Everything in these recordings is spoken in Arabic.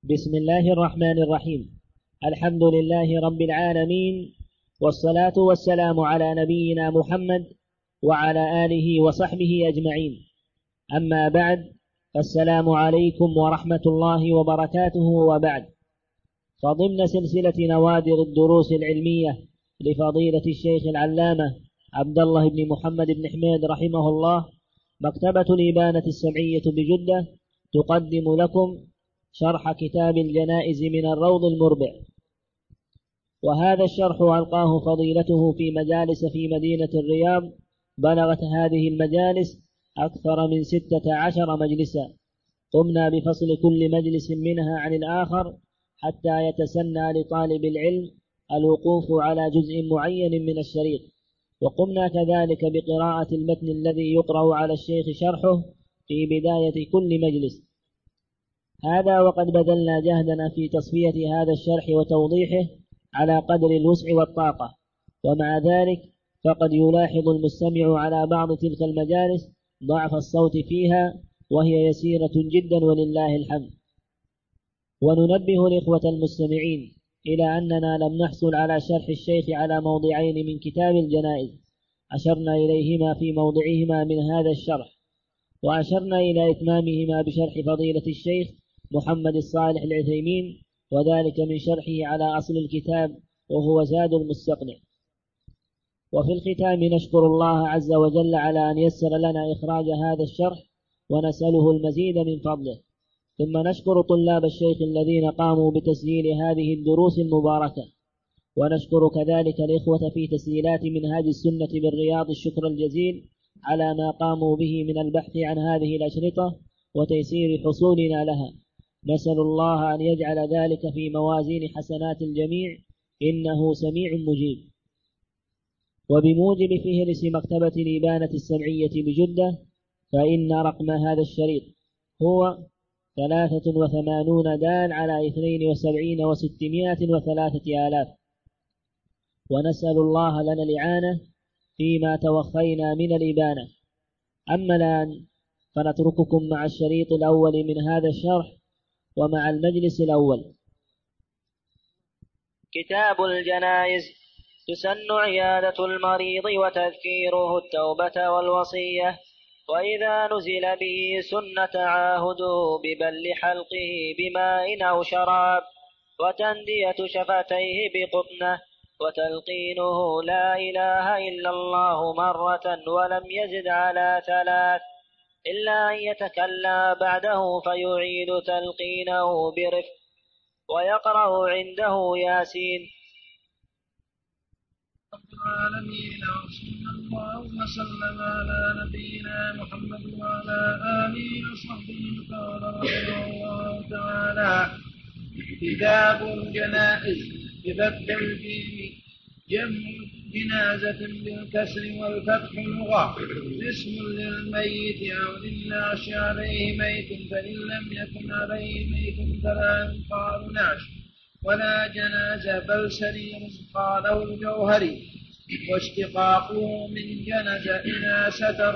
بسم الله الرحمن الرحيم. الحمد لله رب العالمين، والصلاة والسلام على نبينا محمد وعلى آله وصحبه أجمعين. أما بعد، السلام عليكم ورحمة الله وبركاته. وبعد، فضمن سلسلة نوادر الدروس العلمية لفضيلة الشيخ العلامة عبد الله بن محمد بن حميد رحمه الله، مكتبة الإبانة السمعية بجدة تقدم لكم شرح كتاب الجنائز من الروض المربع. وهذا الشرح ألقاه فضيلته في مجالس في مدينة الرياض، بلغت هذه المجالس أكثر من 16 مجلسا، قمنا بفصل كل مجلس منها عن الآخر حتى يتسنى لطالب العلم الوقوف على جزء معين من الشريط، وقمنا كذلك بقراءة المتن الذي يقرأ على الشيخ شرحه في بداية كل مجلس. هذا وقد بذلنا جهدنا في تصفية هذا الشرح وتوضيحه على قدر الوسع والطاقة، ومع ذلك فقد يلاحظ المستمع على بعض تلك المجالس ضعف الصوت فيها، وهي يسيرة جدا ولله الحمد. وننبه الإخوة المستمعين إلى أننا لم نحصل على شرح الشيخ على موضعين من كتاب الجنائز أشرنا إليهما في موضعهما من هذا الشرح، وأشرنا إلى إتمامهما بشرح فضيلة الشيخ محمد الصالح العثيمين، وذلك من شرحه على أصل الكتاب وهو زاد المستقنع. وفي الختام نشكر الله عز وجل على أن يسر لنا إخراج هذا الشرح، ونسأله المزيد من فضله. ثم نشكر طلاب الشيخ الذين قاموا بتسجيل هذه الدروس المباركة، ونشكر كذلك الإخوة في تسجيلات منهاج السنة بالرياض الشكر الجزيل على ما قاموا به من البحث عن هذه الأشرطة وتيسير حصولنا لها. نسأل الله أن يجعل ذلك في موازين حسنات الجميع، إنه سميع مجيب. وبموجب فهرس مكتبة الإبانة السمعية بجدة، فإن رقم هذا الشريط هو 83 دال على 72 و603 آلاف. ونسأل الله لنا الإعانة فيما توخينا من الإبانة. أما الآن فنترككم مع الشريط الأول من هذا الشرح ومع المجلس الأول. كتاب الجنائز. تسن عيادة المريض وتذكيره التوبة والوصية، وإذا نزل به سن تعاهده ببل حلقه بماء أو شراب، وتندية شفتيه بقطنة، وتلقينه لا إله إلا الله مرة ولم يزد على 3، إلا أن يتكلم بعده فيعيد تلقينه برفق، ويقرأ عنده ياسين. رب العالمين، وصلى الله وسلم على نبينا محمد وعلى آله وصحبه. قال رحمه الله تعالى: كتاب الجنائز بفتح الجيم، جمع جنازة بالكسر والفتح لغة، اسم للميت أو للناش عليه ميت، فإن لم يكن عليه ميت فلا يقال ناش ولا جنازة بل سرير، قاله الجوهري. واشتقاقه من جنز إذا ستر،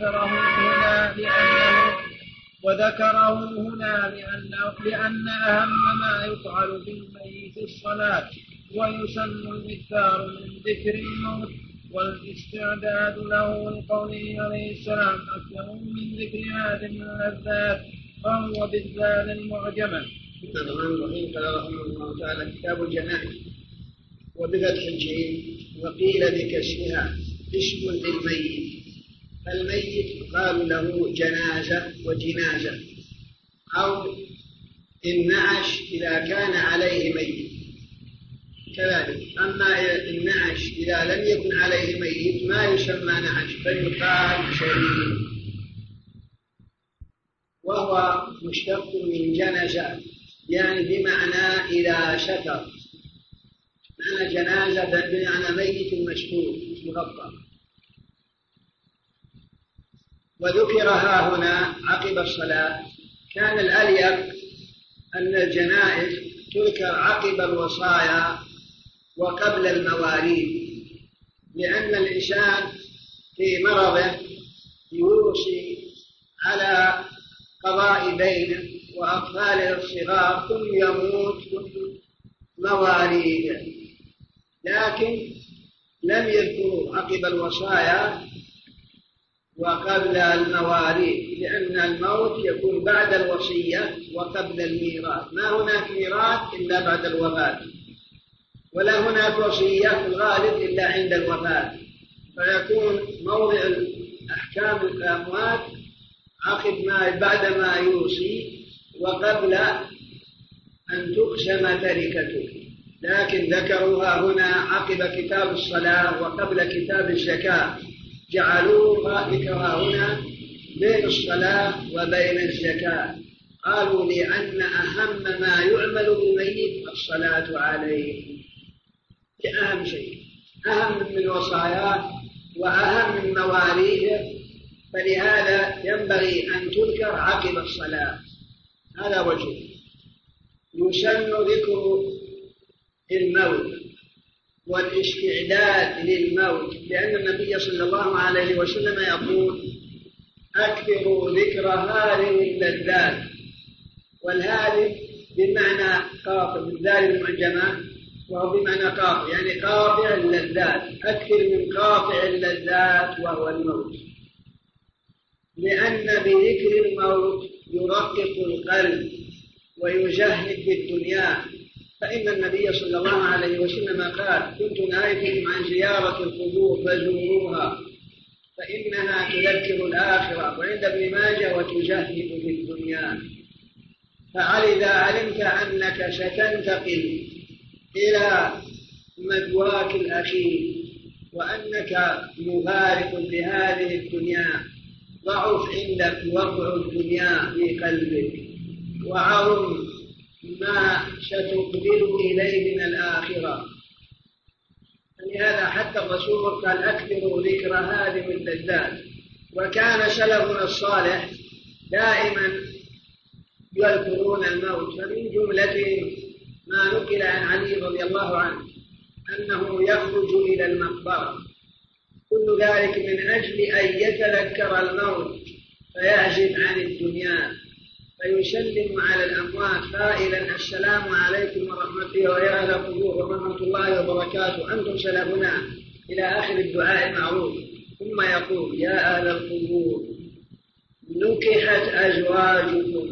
وذكره هنا لأن أهم ما يفعل بالميت الصلاة، ويسن الإكثار من ذكر الموت والاستعداد له، لقوله عليه السلام: أكثر من ذكر هذه اللذات، فهو بالذال المعجمة. قال رحمه الله تعالى: كتاب الجنائز وبفتح الجيم وقيل بكسرها اسم للميت. الميت قال له جنازة وجنازة، أو النعش إذا كان عليه ميت كذلك. أما النعش إذا لم يكن عليه ميت ما يسمى نعش فيقال شرير، وهو مشتق من جنازة، يعني بمعنى إذا ستر، معنى جنازة بمعنى ميت مستور مغطى. وذكرها هنا عقب الصلاة. كان الأليق أن الجنائز تذكر عقب الوصايا وقبل المواريث، لأن الإنسان في مرضه يوصي على قضاء دينه وأطفاله الصغار ثم يموت ثم مواليده، لكن لم يذكروا عقب الوصايا وقبل المواليد، لأن الموت يكون بعد الوصية وقبل الميراث. ما هناك ميراث إلا بعد الوفاة، ولا هناك وصية في الغالب إلا عند الوفاة، فيكون موضع أحكام الأموات عقب ما بعد ما يوصي وقبل أن تقسم تركته. لكن ذكروها هنا عقب كتاب الصلاة وقبل كتاب الزكاة، جعلوها ذكرها هنا بين الصلاة وبين الزكاة. قالوا لأن أهم ما يعمل بالميت الصلاة عليه، أهم شيء، أهم من وصاياه وأهم من مواليه، فلهذا ينبغي أن تذكر عقب الصلاة. هذا وجه. يسن ذكر الموت والاستعداد للموت، لأن النبي صلى الله عليه وسلم يقول: أكثروا ذكر هذه اللذات. والهذه بمعنى قاطع، من ذلك المعجمات، وهو بمعنى قاطع، يعني قاطع اللذات، أكثر من قاطع اللذات وهو الموت، لأن بذكر الموت يرقق القلب ويجهد في الدنيا. فإن النبي صلى الله عليه وسلم قال: كنت نهيتكم عن زيارة القبور فزوروها فإنها تذكر الآخرة، وعند ابن ماجه وتجهد في الدنيا. فإذا علمت أنك ستنتقل إلى مثواك الأخير وأنك مفارق لهذه الدنيا، ضعف عندك وضع الدنيا في قلبك وعظم ما ستقبل إليه من الآخرة. فلهذا حتى الرسول قال: أكثروا ذكر هذه اللذات. وكان سلفنا الصالح دائما يذكرون الموت، فمن جملتهم ما نقل عن علي رضي الله عنه أنه يخرج إلى المقبرة، كل ذلك من أجل أن يتذكر الموت فيعزب عن الدنيا، فيسلم على الأموات قائلا: السلام عليكم ورحمة الله ويا أهل القبور ورحمة الله وبركاته، أنتم سلامنا، إلى آخر الدعاء المعروف. ثم يقول: يا أهل القبور، نكحت أزواجكم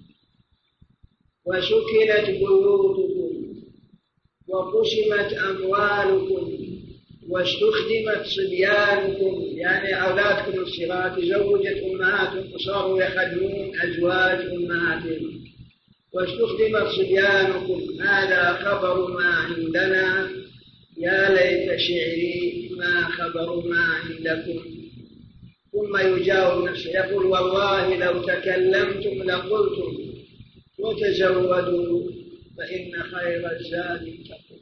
وسكنت بيوتكم وقسمت أموالكم واستخدمت صبيانكم، يعني أولادكم الصغار، تزوجت أمهاتهم وصاروا يخدمون أزواج أمهاتهم، واستخدمت صبيانكم، هذا خبر ما عندنا، يا ليت شعري ما خبر ما عندكم. ثم يجاوب نفسه يقول: والله لو تكلمتم لقلتم وتزودوا فإن خير الزاد التقوى.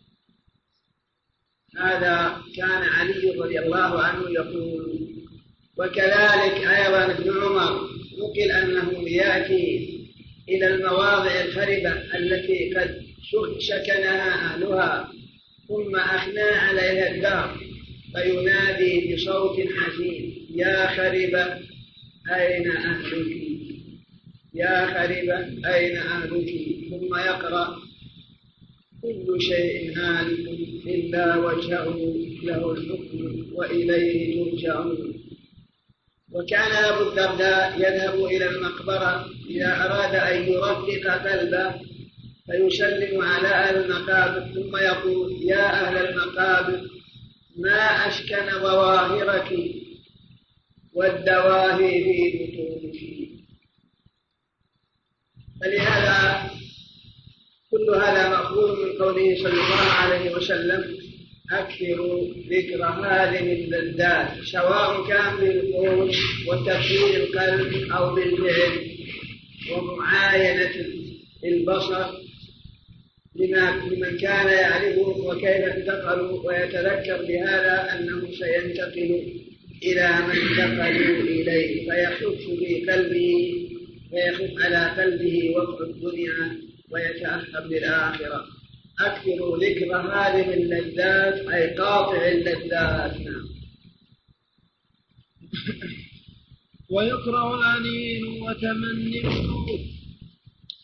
هذا كان علي رضي الله عنه يقول. وكذلك أيضا ابن عمر نقل أنه يأتي إلى المواضع الخربة التي قد سكنها أهلها ثم أخنى عليها الدار، فينادي بصوت حزين: يا خربة أين أهلك، يا خربة أين أهلك. ثم يقرأ: كل شيء هالك إلا وجهه له الحكم وإليه ترجعون. وكان أبو الدرداء يذهب إلى المقبرة إذا أراد أن يرقق قلبه فيسلم على أهل المقابر ثم يقول: يا أهل المقابر، ما أشكن ظواهرك والدواهي في بطونك. فلهذا كل هذا مأخوذ من قوله صلى الله عليه وسلم: أكثروا ذكر هذه اللذات، سواء كان بالقول وتفكير القلب أو بالفعل ومعاينة البصر لمن كان يعرفه وكيف انتقل ويتذكر بهذا أنه سينتقل إلى من انتقلوا إليه، فيخف في قلبه ويخف على قلبه وقع الدنيا ويتأهب للآخرة. أكثروا ذكر هذه اللذات أي قاطع اللذات. ويكره الأنين وتمني الموت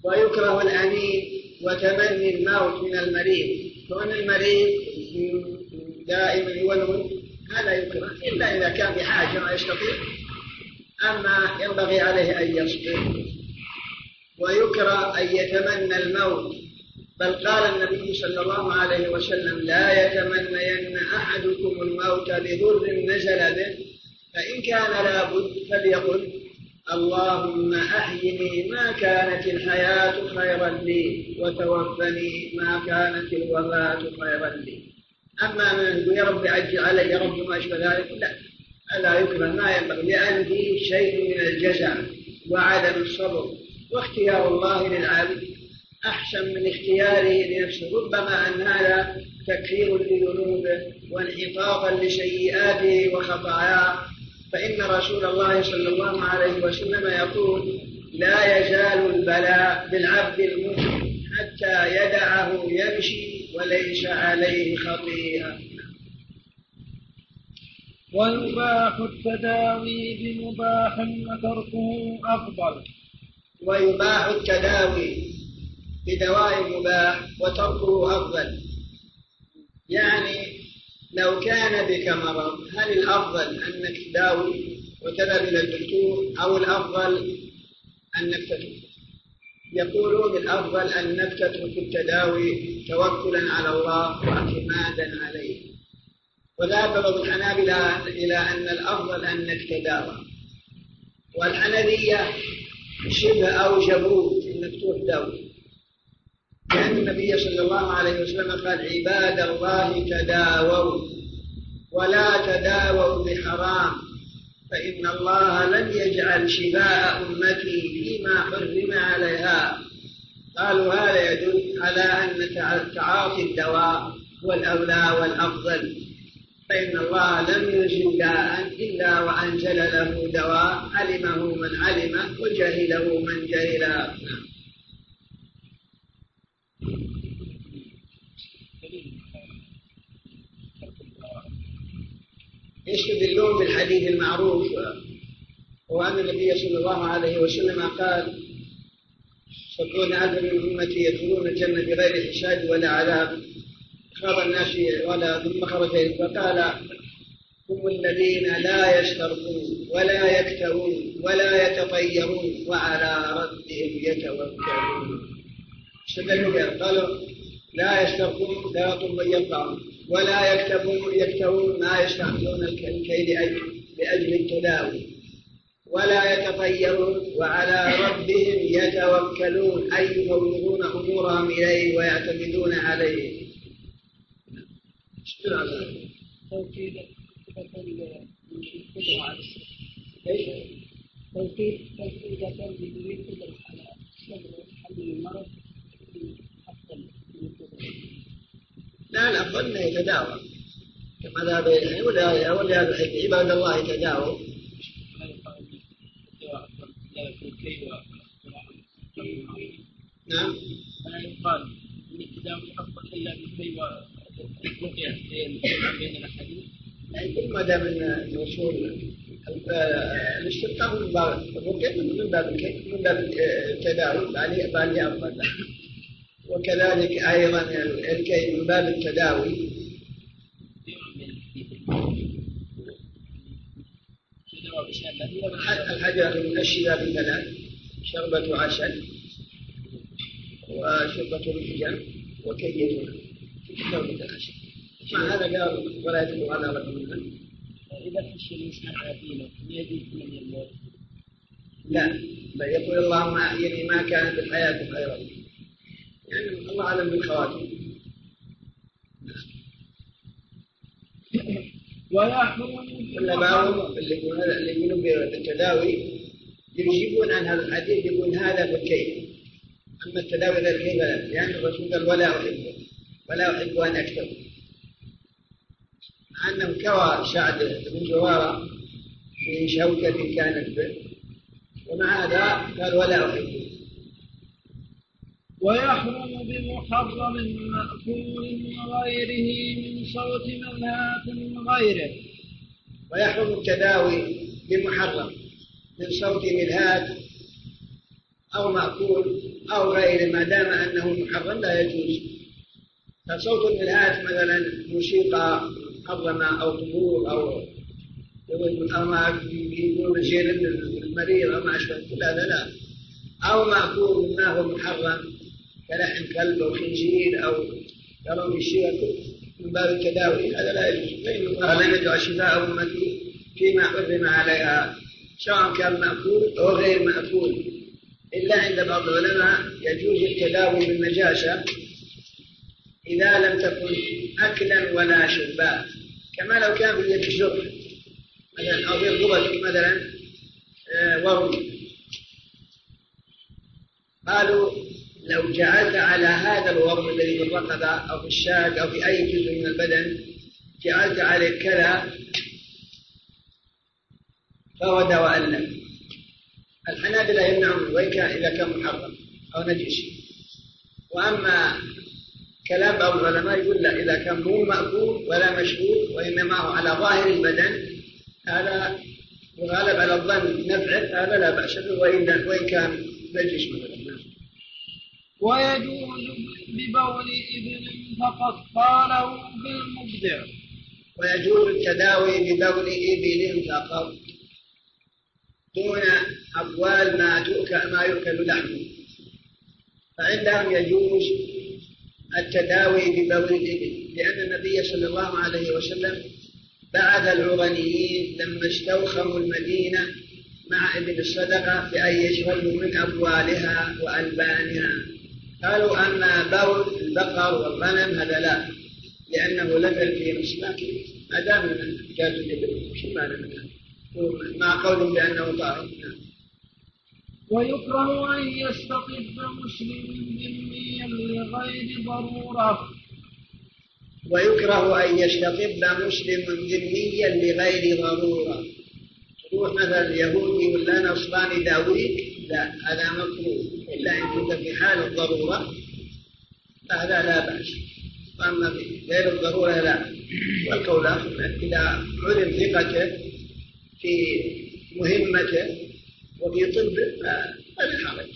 ويكره الأنين وتمني الموت من المريض، كون المريض دائما يولول هذا يكره إلا إذا كان بحاجة ما يستطيع، أما ينبغي عليه أن يصبر. ويكره أن يتمنى الموت، بل قال النبي صلى الله عليه وسلم لا يتمنين أحدكم الموت لضر نزل به، فإن كان لابد فليقل اللهم أحيني ما كانت الحياة خيرا لي وتوفني ما كانت الوفاة خيرا لي. أما من يا رب عجل علي يا رب ما أشبه ذلك لا يكره، ما ينبغي، لأن فيه شيء من الجزع وعدم الصبر، واختيار الله للعبد أحسن من اختياره لنفسه، ربما أن هذا تكفير لذنوبه وانحطاطا لسيئاته وخطاياه. فإن رسول الله صلى الله عليه وسلم يقول لا يزال البلاء بالعبد المؤمن حتى يدعه يمشي وليس عليه خطيئة. ويباح التداوي بمباح وتركه أفضل. ويباح التداوي بدواء مباح وتركه أفضل، يعني لو كان بك مرض هل الأفضل أنك تداوي وتذهب إلى الدكتور أو الأفضل أنك تترك؟ يقولون الأفضل أنك تترك التداوي توكلا على الله واعتمادا عليه. وذهب بعض الحنابلة إلى أن الأفضل أنك تداوى، والحنفية شبه أوجبوا أنك تروح داوي، لأن النبي صلى الله عليه وسلم قال عباد الله تداووا ولا تداووا بحرام فإن الله لن يجعل شفاء أمتي فيما حرم عليها. قالوا هذا يدل على أن تعاطي الدواء هو الأولى والأفضل، فإن الله لم ينزل داء إلا وأنزل له دواء علمه من علمه وجهله من جهله. يستدلون بالحديث المعروف وأن النبي صلى الله عليه وسلم قال 70,000 من أمتي يدخلون الجنة بغير حساب ولا عذاب، خاض الناس ولا ثم خرج فقال هم الذين لا يسترقون ولا يكتوون ولا يتطيرون وعلى ربهم يتوكلون. استدلوا قالوا لا يسترقون لا يطلبون يطلعون ولا يكتوون ما يستعملون الكي لأجل التداوي ولا يتطيرون وعلى ربهم يتوكلون أي يفوضون أمورهم إليه ويعتمدون عليه. توكيد قدرة على حل المرض أفضل. لا الأفضل أنه يتداوى كما ذهب إليه ولهذا عباد الله يتداووا. نعم. لا يقال أن التداوي أفضل إلا بالكي والرقية بين الأحاديث. ما دام الوصول الاسترقاء من باب الرقية من باب الكي من باب التداوي بالي أفضل، وكذلك أيضا الكي من باب التداوي. الحجر من الشفاء بثلاث: شربة عسل وشربة الحجر وكية شربة العسل. مع هذا قال ولا يجب على رجل إذا خشي الإنسان على دينه يجب من الموت. لا بل يقول اللهم أحيني ما كانت الحياة خيرا، يعني الله أعلم بالخواتم. ولا بعضهم اللي يقولون بالتداوي يجيبون عن هذا الحديث يقول هذا بالكيف، أما التداوي غير كيف لا، لأن الرسول قال ولا أحب أن أكتب، مع أنه كوى سعد بن زوارة في شوكة كانت به، ومع هذا قال ولا أحب. ويحرم بمحرم مأكول وغيره من صوت ملهاة غيره. ويحرم التداوي بمحرم من صوت ملهاة أو مأكول أو غيره ما دام أنه محرم لا يجوز. فصوت المرآة مثلا موسيقى محرمة أو طبول أو ما يقول شيء المريض أو ما أشبه لا أو مأكول ما هو محرم كلحم كلب أو خنزير أو كرم الشيء من باب التداوي هذا لا يجوز. فإن لم يدع شفاء أمتي فيما حرم عليها سواء كان مأكول أو غير مأكول، إلا عند بعض العلماء يجوز التداوي بالنجاشة إذا لم تكن أكلا ولا شربا، كما لو كان في يد الشرب مثلا أو في رقبتك مثلا ورم. قالوا لو جعلت على هذا الورم الذي في الرقبة أو في الشاة أو في أي جزء من البدن جعلت عليه كذا فهو دواء له. الحنابلة يمنعون وإن كان إذا كان محرم أو نجس. وأما كلام بعض العلماء يقول لا، إذا كان مو مأكول ولا مشروب وإنما هو على ظاهر البدن هذا يغالب على الظن نفعه، هذا لا بأس به وإن كان نجس مثلا. ويجوز ببول إبل فقط قاله بالمبدع. ويجوز التداوي ببول إبل فقط دون أبوال ما يؤكل لحمه، فعندهم يجوز التداوي ببول الإبل، لأن النبي صلى الله عليه وسلم بعث العرنيين لما استوخموا المدينة مع ابن الصدقة بأن يشربوا من أبوالها وألبانها. قالوا أما بول البقر والغنم هذا لا، لأنه لم يلقي مسماك ما دام جاز الإبل مع قول بأنه طاهر. ويكره أن يستطب مسلم ذميا لغير ضرورة. ويكره أن يستطب مسلم ذميا لغير ضرورة. تروح مثلا اليهودي ولا نصراني داويك، لا هذا مكروه إلا إن كنت في حال الضرورة فهذا لا بأس، وأما غير الضرورة لا. والقول إذا علم ثقته في مهمته وفي طبه فلا حرج.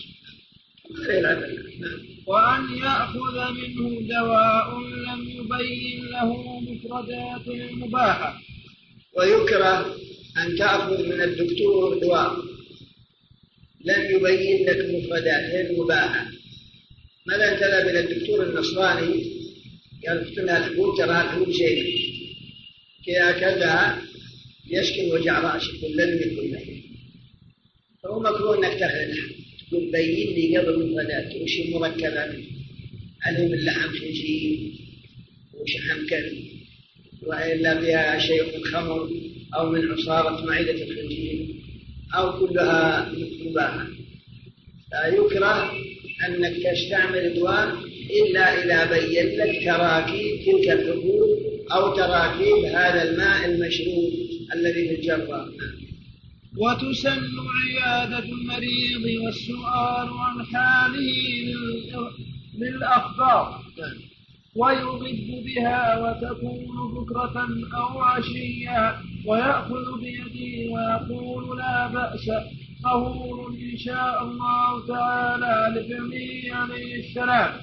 وأن يأخذ منه دواء لم يبين له مفردات مباحة. ويكره أن تأخذ من الدكتور دواء لم يبين لك مفردات مباحة. مثلا تذهب إلى الدكتور النصراني قال اكتبنا الحبوب، ترى الحبوب زينة كذا كذا يشكل وجع رأسك ولم يكن له، فهو مكروه أنك تأخذ الحبوب تقول بين لي قبل المفردات وش المركبات، هل من لحم خنزير وشحم كلب وإلا فيها شيء من خمر أو من عصارة معدة الخنزير أو كلها مباحة. فيكره أنك تستعمل دواء إلا إذا بين لك تراكيب تلك الحبوب أو تراكيب هذا الماء المشروب الذي في الجرة. وتسن عيادة المريض والسؤال عن حاله للأخبار، ويغض بها وتكون بكرة أو عشيا، ويأخذ بيدي ويقول لا بأس طهور إن شاء الله تعالى لجميع عليه السلام.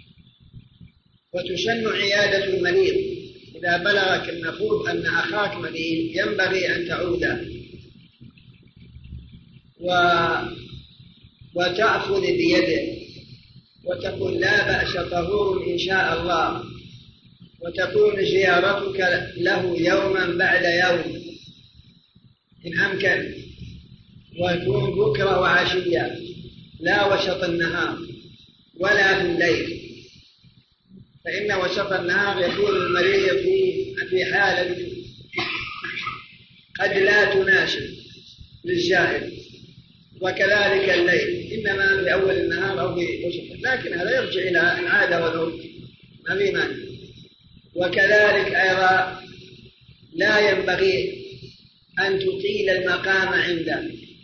وتسن عيادة المريض إذا بلغك المفروض أن أخاك مريض ينبغي أن تعوده وتأخذ بيده وتقول لا بأس طهور إن شاء الله، وتكون زيارتك له يوما بعد يوم إن أمكن، ويكون بكرة وعشية لا وسط النهار ولا في الليل، فإن وسط النهار يكون المريض في حالة قد لا تناسب للزائر، وكذلك الليل إنما في أول النهار أو في وسط، لكن هذا يرجع إلى العادة والعرف ما في مانع. وكذلك أيضا لا ينبغي أن تطيل المقام عنده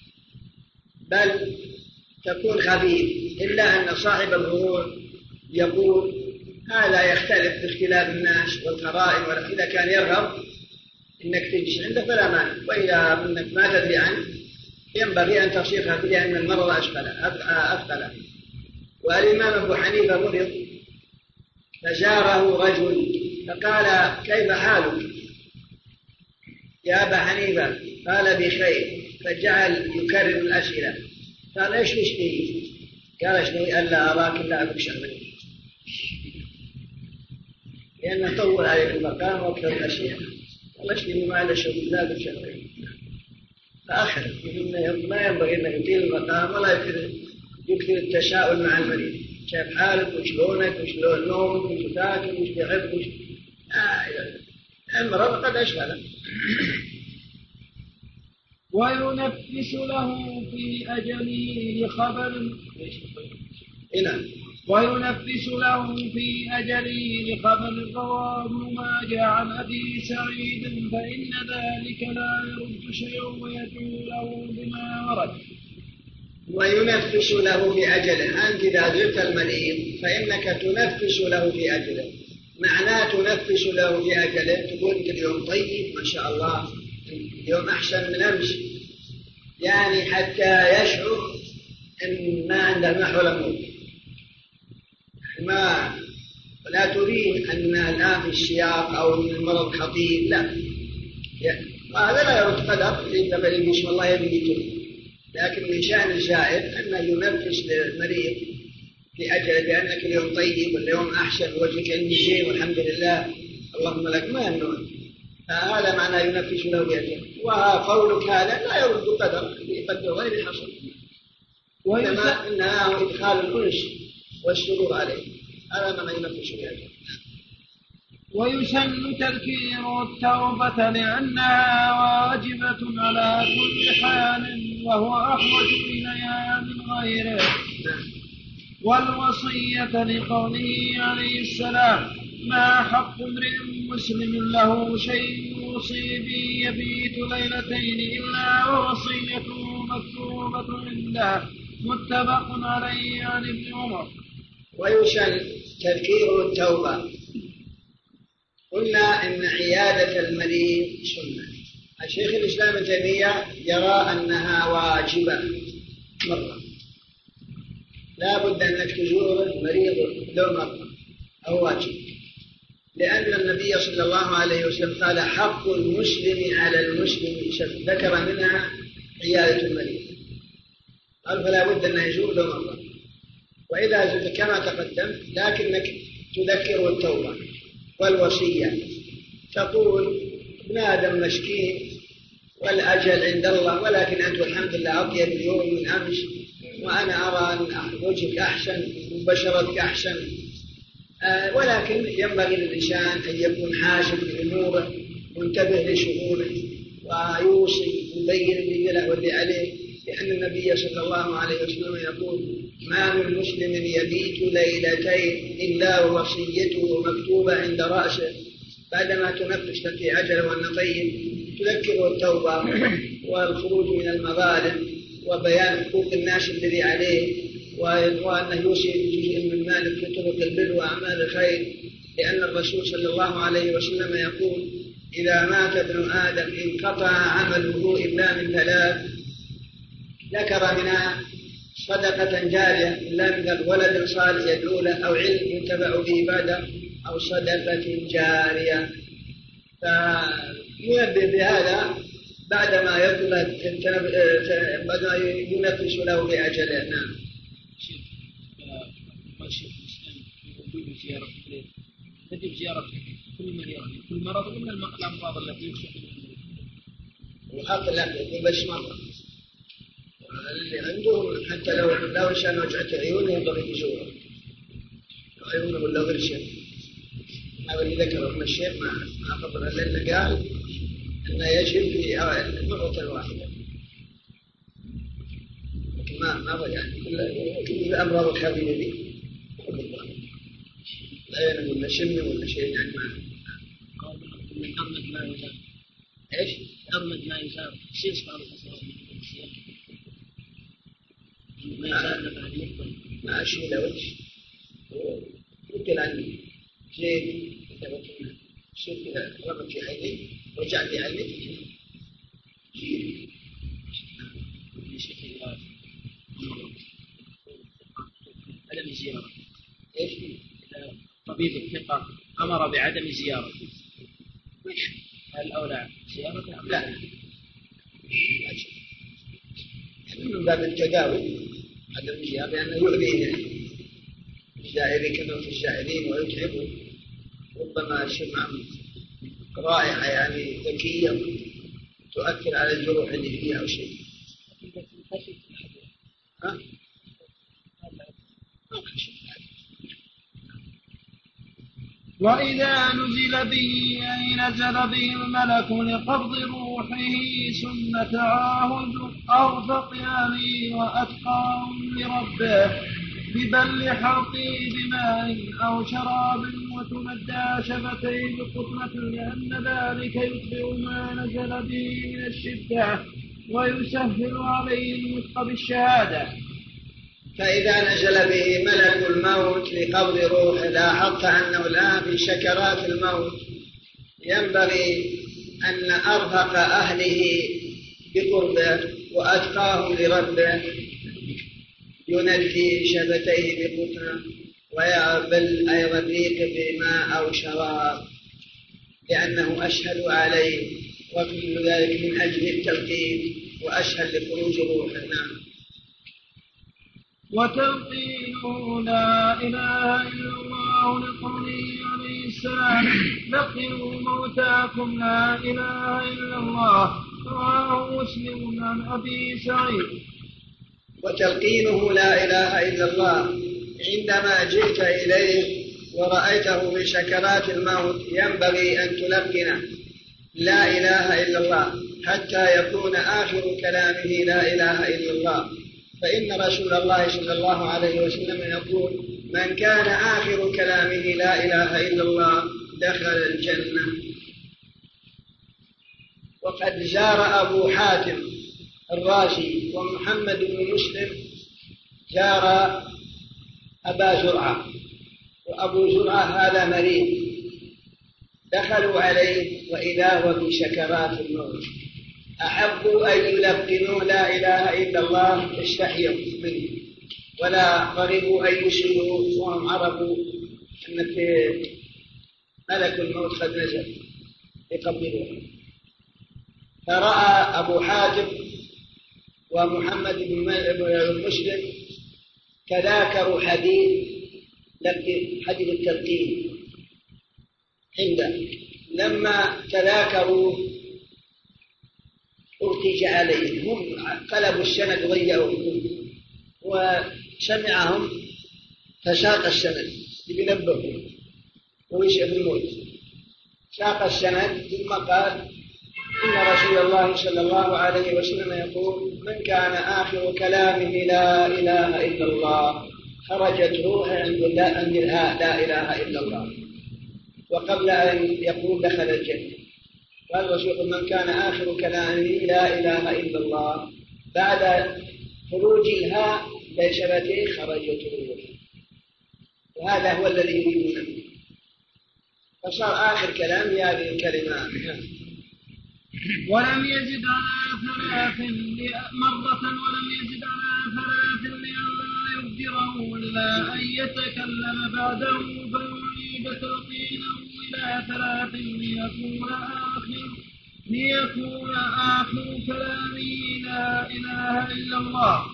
بل تكون خفيف، إلا أن صاحب الغرور يقول هذا يختلف باختلاف الناس والقرائن، وإذا كان يرغب إنك تجلس عنده فلا مانع، وإذا أنك ما تدري عنه ينبغي أن تصير خفيفا لأن المرض أثقل. والإمام أبو حنيفة مرض فزاره رجل فقال كيف حالك يا أبا حنيفة؟ قال بخير، فجعل يكرر الأسئلة. قال إيش تشتهي؟ قال اشتهي ألا أراك إلا أبك شهرين، لأنه طول عليه المقام وأكثر الأشياء. قال اشتهي ما إلا شهر لا أبك شهرين. فأخر ما ينبغي أن يطيل المقام ولا يكثر التساؤل مع المريض، كيف حالك وشلونك وشلون نومك وش تاكل وش تحب وش المرض قد أشغله. وينفس له في أجله لخبر وينفس له في أجله لخبر رواه ابن ماجه عن أبي سعيد، فإن ذلك لا يرد شيء ويدعو له بما ورد. وينفس له في أجله، أنت إذا زرت المريض فإنك تنفس له في أجله. معناه تنفس له في أجله تقول أنت اليوم طيب ما شاء الله، اليوم أحسن من أمس، يعني حتى يشعر أن ما عنده محو موت. لا تريد أن الآن في السياق أو أن المرض خطير، لا، وهذا لا يرد قدر إذا بسم الله يبنيته. لكن من شأن الزائر أنه ينفس للمريض في أجله بأنك اليوم طيب واليوم أحسن وجهك إني شيء والحمد لله اللهم لك ما النوع. هذا معنى ينفس له بأجله. وقولك هذا لا يرد قدر يقدر غير حصل، وإنما إنها إدخال الأنس والسرور عليه، هذا معنى ينفس بأجله. ويسن تذكير التوبة لأنها واجبة على كل حال وهو أحوج إليها من غيره. والوصية لقوله عليه السلام ما حق امرئ مسلم له شيء يوصي به يبيت ليلتين إلا ووصيته مكتوبة عنده، متفق عليه عن ابن عمر. ويسن تذكير التوبة. قلنا إن عيادة المريض سنة. الشيخ الإسلام ابن تيمية يرى أنها واجبة مرة، لا بد أنك تزور المريض لو مرة أو واجب، لأن النبي صلى الله عليه وسلم قال حق المسلم على المسلم، ذكر منها عيادة المريض، قال فلا بد أن يزور لو مرة. وإذا زرت كما تقدم لكنك تذكر التوبة والوصية، تقول ابن آدم مسكين والأجل عند الله، ولكن أنت الحمد لله أطيب اليوم من أمس، وأنا أرى أن وجهك أحسن وبشرتك أحسن، ولكن ينبغي للإنسان أن يكون حاسب لأموره منتبه لشؤونه ويوصي يبين اللي له واللي عليه، لأن النبي صلى الله عليه وسلم يقول ما من مسلم يبيت ليلتين إلا ووصيته مكتوبة عند رأسه. بعدما تنفس في عجل والنطيب تذكر التوبة والخروج من المظالم وبيان حقوق الناس الذي عليه، وأنه يوصي بجزء من مالك في طرق البر وأعمال الخير، لأن الرسول صلى الله عليه وسلم يقول إذا مات ابن آدم انقطع عمله إلا من ثلاث، ذكر منها صدقة جارية إلا من ولد صالح يدعو له أو علم ينتفع به بعده أو صدقة جارية. فينبه بهذا بعدما ينفس له بأجله. نعم. الشيخ الإسلام يقول زيارة الليل تجب زيارة كل مريض كل مرض من الأمراض التي يخشى منها، وحق لا يكون بس مرة اللي عندهم حتى لو إنسان وجعت عيونه ينبغي يزوره عيونه ولا غير شيء. هذا اللي ذكره ابن الشيخ ما خبر لأنه قال أنه يجب في مرة واحدة، لكن ما يعني كل الأمراض الخفيفة دي لا ينام ولا شم ولا شيء يعني ما قال من أرمد ما يزال. إيش؟ أرمد ما يزال سيس قالوا ما يزال بعد يقبل ما أشي له وجه يمكن أن زين شوف كذا رمت في عيني رجعت في عيني ألم الطبيب الثقة أمر بعدم زيارته، هل أولى زيارته أم لا؟ من باب التداوي عدم زيارة، لأنه يؤذيه الزائرين كما في الزائرين ويتعبه، ربما سمع رائحة يعني ذكية تؤثر على الجروح اللي فيها أو شيء. ها؟ وإذا نزل به أي نزل به الملك لقبض روحه سنة عاهد أرفق يعني وأتقى لربه ببل حرقه بماء أو شراب وتمدى شفتيه بقطنة، لأن ذلك يتبع ما نزل به من الشدة ويسهل عليه النطق بالشهادة. فإذا نزل به ملك الموت لقبض روحه، لاحظت أنه الآن في سكرات الموت ينبغي أن أرفق أهله بقربه وأتقاهم لربه ينجي شفتيه بقطنة ويعبل أي رفيق بماء أو شراب، لأنه أشهد عليه، وكل ذلك من أجل التلقين وأشهد لخروج روحنا. وتلقينه لا إله إلا الله لقوله عليه السلام لقنوا موتاكم لا إله إلا الله، رواه مسلم عن أبي سعيد. وتلقينه لا إله إلا الله عندما جئت إليه ورأيته في سكرات الموت ينبغي أن تلقنه لا إله إلا الله حتى يكون آخر كلامه لا إله إلا الله، فإن رسول الله صلى الله عليه وسلم يقول من كان آخر كلامه لا إله إلا الله دخل الجنة. وقد زار أبو حاتم الرازي ومحمد بن مسلم زار أبا زرعة، وأبو زرعة هذا مريض، دخلوا عليه وإذا هو في سكرات الموت، أحبوا أن يلقنوا لا إله إلا الله استحيوا منه ولا رغبوا أن يسلوا، وهم عرفوا أن ملك الموت قد نزل يقبلوه. فرأى أبو حاتم ومحمد بن مسلم تذاكروا حديث التلقين عنده، لما تذاكروا ارتج عليهم، هم قلبوا السند ضيعوه وسمعهم فساق السند بنبههم ويشعر الموت، ساق السند ثم قال إن رسول الله صلى الله عليه وسلم يقول من كان آخر كلامه لا إله إلا الله خرجت روحه عند لا إله إلا الله، وقبل أن يقول دخل الجنة. قال الرسول من كان آخر كلامه لا إله إلا الله بعد خروج الهاء بشفتيه خرجت روحه، وهذا هو الذي يريدونه، فصار آخر كلام هذه الكلمات. ولم يزد على 3 مرة، ولم يزد على 3 لئلا يبدره إلا أن يتكلم بعده فيعيد تلقينه إلى 3 ليكون آخر كلامه لا إله إلا الله.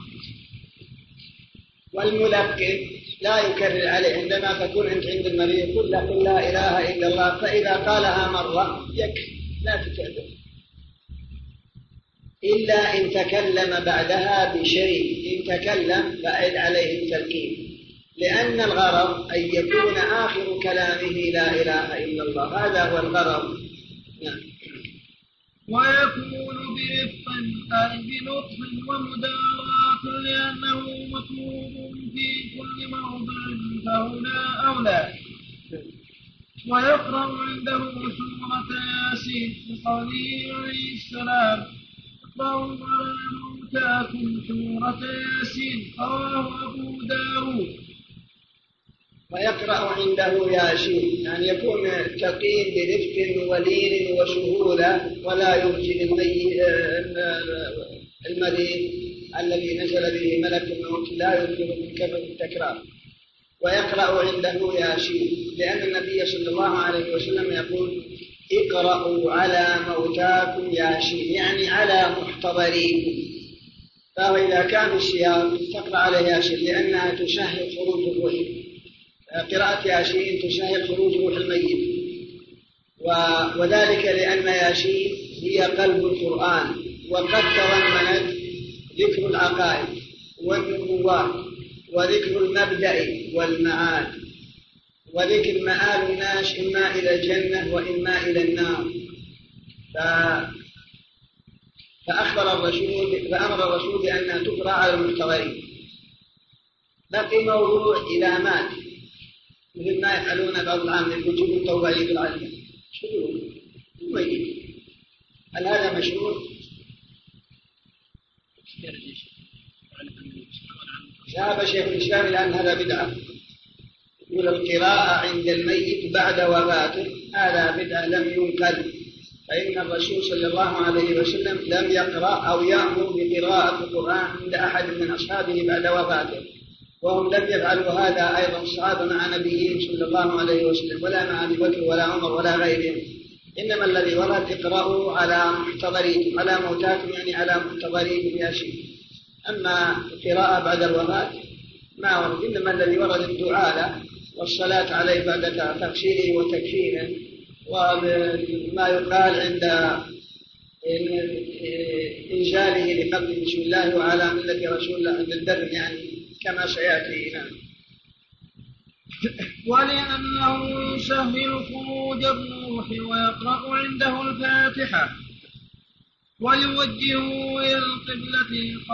والملقن لا يكرر عليه، عندما تكون عند المريض قل لا إله إلا الله، فإذا قالها مرة يكفي لا تكرر، إلا إن تكلم بعدها بشيء، إن تكلم فأعد عليه التلقين، لأن الغرض أن يكون آخر كلامه لا إله إلا الله، هذا هو الغرض. نعم. ويكون برفق أي بلطف ومداراة لأنه مطلوب في كل موضع فهنا أولى. ويقرأ عنده سورة ياسين بقوله عليه السلام اقرأوا على موتاكم سورة ياسين، رواه أبو داود. ويقرأ عنده ياسين، يعني يكون تقيم برفق ولين وسهولة، ولا يرجي المريض الذي نزل به ملك الموت، لا يرجي من كثرة التكرار، ويقرأ عنده ياسين، لأن النبي صلى الله عليه وسلم يقول اقرأوا على موتاكم ياسين، يعني على محتضريكم. فهو إذا كان السياق تقرأ عليه ياسين لأنها تسهل خروج الروح، قراءة ياسين تسهل خروج روح الميت، وذلك لأن ياسين هي قلب القرآن، وقد تضمنت ذكر العقائد والنبوات وذكر المبدأ والمعاد وذكر مآل الناس إما إلى الجنة وإما إلى النار. فأمر الرسول بأنها تقرأ على المحتضرين. بقي موضوع إذا مات، مثل ما يفعلون بعض العامة يجيبوا التوبة في العلم ميت، هل هذا مشروع؟ ذهب شيخ الإسلام إلى أن هذا بدعة، يقول القراءة عند الميت بعد وفاته هذا بدعة لم ينقل، فإن الرسول صلى الله عليه وسلم لم يقرأ أو يأمر بقراءة القرآن عند أحد من أصحابه بعد وفاته، وهم لم يفعلوا هذا أيضا الصحابة مع نبيهم صلى الله عليه وسلم ولا مع أبي بكر ولا عمر ولا غيرهم. إنما الذي ورد اقرأوا على محتضريكم، على موتاكم يعني على محتضريكم ياسين. أما القراءة بعد الوفاة ما ورد، إنما الذي ورد الدعاء له والصلاة عليه بعد تغسيله وتكفينه، وما يقال عند إنزاله لقبل بسم الله وعلى ملة رسول الله عند البر، يعني كما سيأتي هنا. ولأنه يسهل خروج الروح ويقرأ عنده الفاتحة ويوجهه إلى القبلة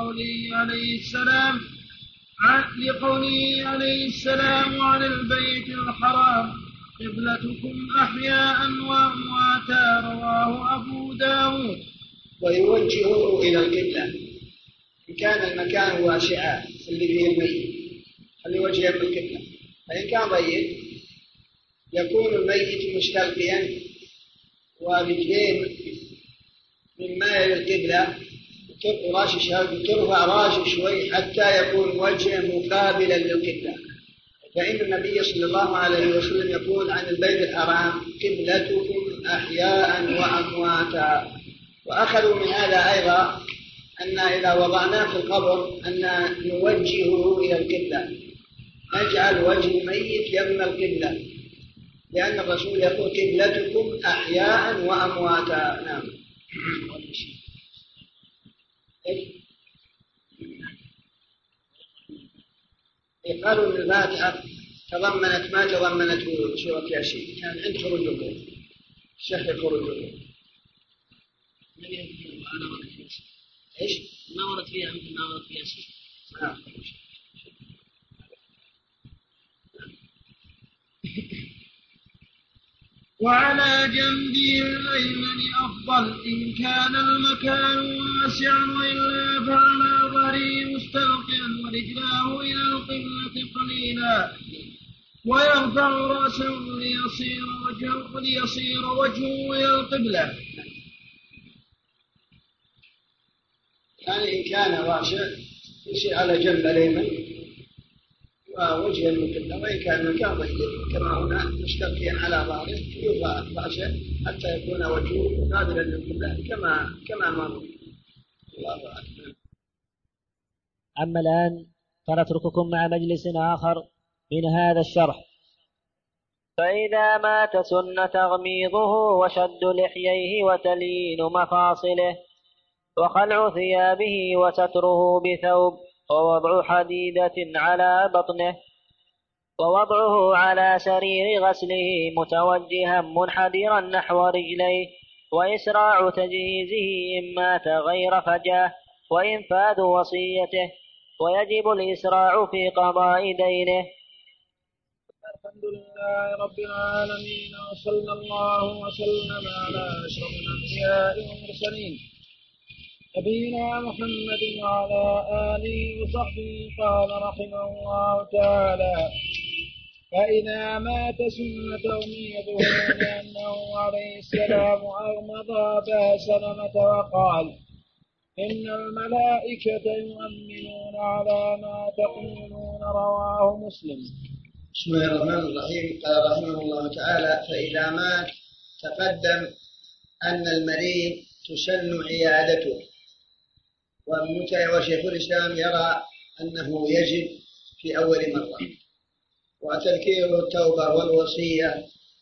لقوله عليه السلام عن البيت الحرام قبلتكم أحياء وأمواتا، رواه أبو داود. ويوجهه إلى القبلة إن كان المكان واسعا اللي فيه الميت، اللي وجهه بالقبلة. فإن كان ضيق يكون الميت مستلقيا ورجليه من مائل القبلة، ترفع راسه شوي حتى يكون وجهه مقابلا للقبلة. فإن النبي صلى الله عليه وسلم يقول عن البيت الحرام قبلتكم أحياء وأمواتا. وأخذوا من هذا أيضا أن إذا وضعناه في القبر أن نوجهه إلى القبلة، نجعل وجه الميت يمنى القبلة، لأن الرسول يقول قبلتكم أحياء وأمواتا. نعم. قالوا أن الفاتحة تضمنت ما تضمنته سورة ياسين، كان عند خروجكم شهر خروجكم. ايش؟ ما ورد فيها مثل ما ورد في ياسين. وعلى جنبه الأيمن أفضل إن كان المكان واسعا، وإلا فعلى ظهره مستلقيا ورجلاه إلى القبلة قليلا، ويرفع رأسه ليصير وجهه إلى القبلة. يعني إن كان واسع يصير على جنب الأيمن ووجه القبلة، وإن كان المكان ضيق كما هنا مستلقيا على ظهره يرفع رأسه حتى يكون وجهه قابلا للقبلة كما مر. الله أكبر. أما الآن فنترككم مع مجلس آخر من هذا الشرح. فإذا مات سن تغميضه وشد لحييه وتليين مفاصله وخلع ثيابه وستره بثوب ووضع حديدة على بطنه ووضعه على سرير غسله متوجها منحدرا نحو رجليه، وإسراع تجهيزه إن مات غير فجاه وإنفاذ وصيته، ويجب الإسراع في قضاء دينه. الحمد لله رب العالمين، وصلى الله وسلم على أشرف الأنبياء والمرسلين نبينا محمد وعلى آله وصحبه. قال رحمه الله تعالى: فإذا مات سن تغميضه، لأنه عليه السلام أغمض أبا سلمة وقال: إن الملائكة يؤمنون على ما تقولون. رواه مسلم. بسم الله الرحمن الرحيم. قال رحمه الله تعالى: فإذا مات تقدم أن المريض تسن عيادته، وشيخ الإسلام يرى أنه يجب في أول مرة، وتذكير التوبة والوصية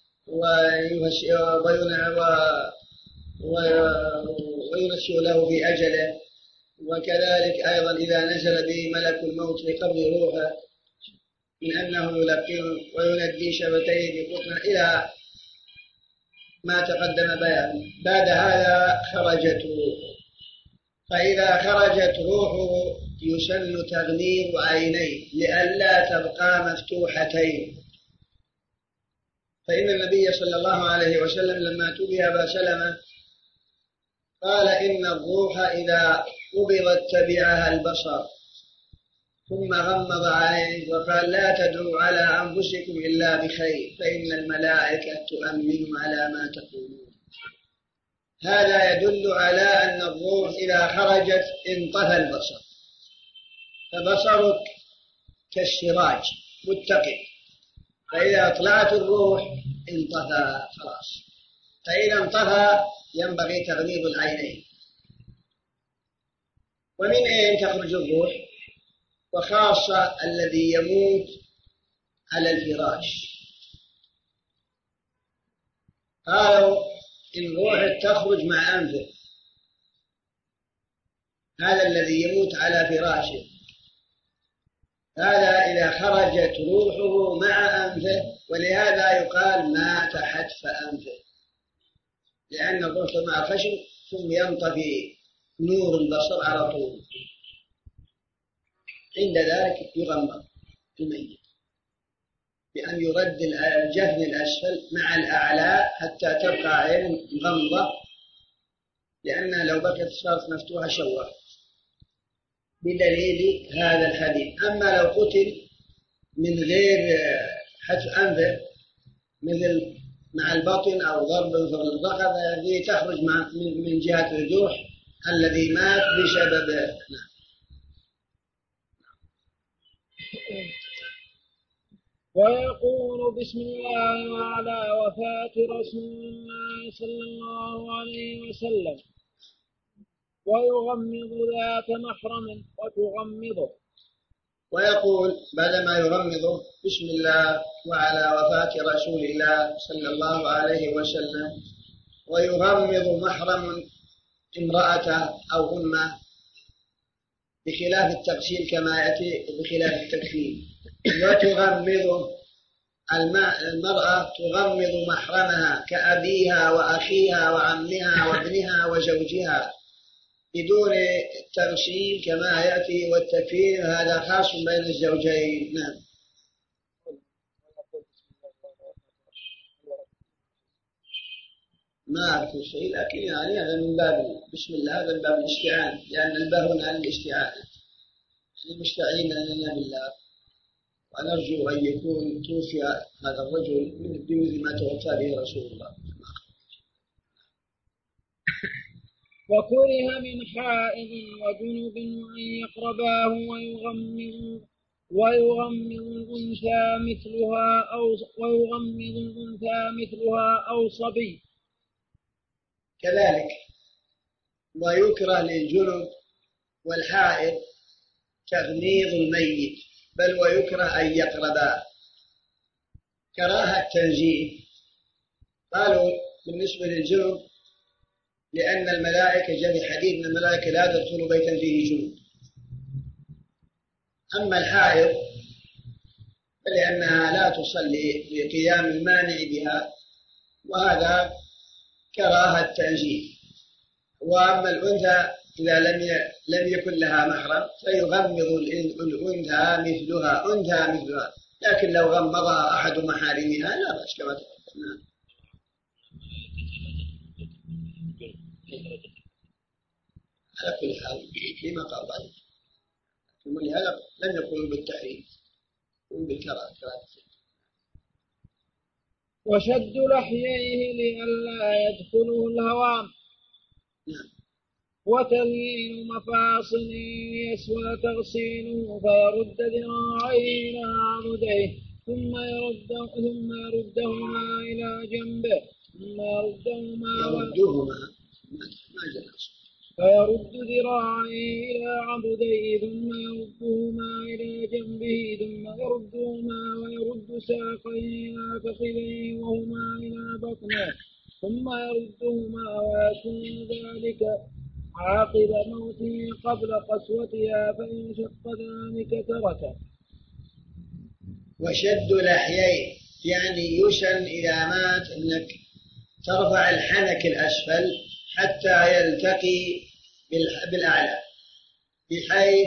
وينشئ له في أجله، وكذلك أيضا إذا نزل به ملك الموت لقبض روحه من أنه يلقن ويندي شفتيه بقطن إلى ما تقدم بيانه. بعد هذا خرجت روحه، فإذا خرجت روحه يسن تغميض عينيه لئلا تبقى مفتوحتين، فإن النبي صلى الله عليه وسلم لما توفي أبا سلمة قال: إن الروح إذا قبضت تبعها البصر، ثم غمض عليه وقال: لا تدعوا على أنفسكم إلا بخير فإن الملائكة تؤمن على ما تقولون. هذا يدل على أن الروح إذا خرجت انطفى البصر، فبصرك كالسراج متقد، فإذا أطلعت الروح انطفى خلاص. فإذا انطفى ينبغي تغميض العينين. ومن أين تخرج الروح؟ وخاصة الذي يموت على الفراش، قالوا إن روحه تخرج مع أنفه، هذا الذي يموت على فراشه، هذا إذا خرجت روحه مع أنفه، ولهذا يقال مات حتف أنفه، لأن الروح مع خشم ثم ينطفي نور البصر على طول، عند ذلك يغمض الميت بأن يرد الجفن الأسفل مع الأعلى حتى تبقى عين غمضة، لأنها لو بقيت صارت مفتوحة شوه، بدليل هذا الحديث. أما لو قتل من غير حتف أنفه مثل مع البطن أو ضرب في الرقبة، هذه تخرج من جهة الجرح الذي مات بسبب ويقول: بسم الله وعلى وفاة رسول الله صلى الله عليه وسلم، ويغمض ذات محرم وتغمضه. ويقول بعدما يغمضه: بسم الله وعلى وفاة رسول الله صلى الله عليه وسلم، ويغمض محرم امرأته أو أمه، بخلاف التغسيل كما يأتي بخلاف التكفين. وتغمضه المرأة تغمض محرمها كأبيها وأخيها وعمها وابنها وزوجها بدون التغسيل كما يأتي، والتكفير هذا خاص بين الزوجين. نعم. ما أعرف شيء، لكن يعني هذا من باب بسم الله، هذا من باب الاستعانة، لأن الباب هنا الاستعانة، يعني مستعين لنا بالله، ونرجو أن يكون توفي هذا الرجل بمثل ما توفى به رسول الله. وكره من حائض وجنب أن يقرباه ويغمض الأنثى مثلها أو صبي. كذلك ويكره للجنب والحائض تغميض الميت، بل ويكره أن يقرباه كراهة تنزيه. قالوا بالنسبة للجنب لأن الملائكة جاء في حديث أن الملائكة لا تدخل بيتا فيه جنب. أما الحائض فلأنها لا تصلي لقيام المانع بها، وهذا كراهة تنزيه. وأما الأنثى إذا لم يكن لها محرم فيغمض الأنثى مثلها، لكن لو غمضها أحد محارمها لا بأس كما تقدم. على كل حال فيما قال ضعيف، ولهذا لم يقولوا بالتحريم، يقولوا بالكراهة. وشد لحييه لئلا يدخله الهوام. وتليين مفاصله يسوى تغسيله فيرد ذراعيه إلى عضديه ثم يردهما إلى جنبه فيرد ذراعيه إلى عضديه ثم يردهما إلى جنبه ثم يردهما ويرد ساقيه إلى فخذيه وهما إلى بطنه ثم يردهما ويكون ذلك عاقب موته قبل قسوتها فإن شق ذلك تركه. وشد لحييه يعني يسن إذا مات أنك ترفع الحنك الأسفل حتى يلتقي بالأعلى بحيث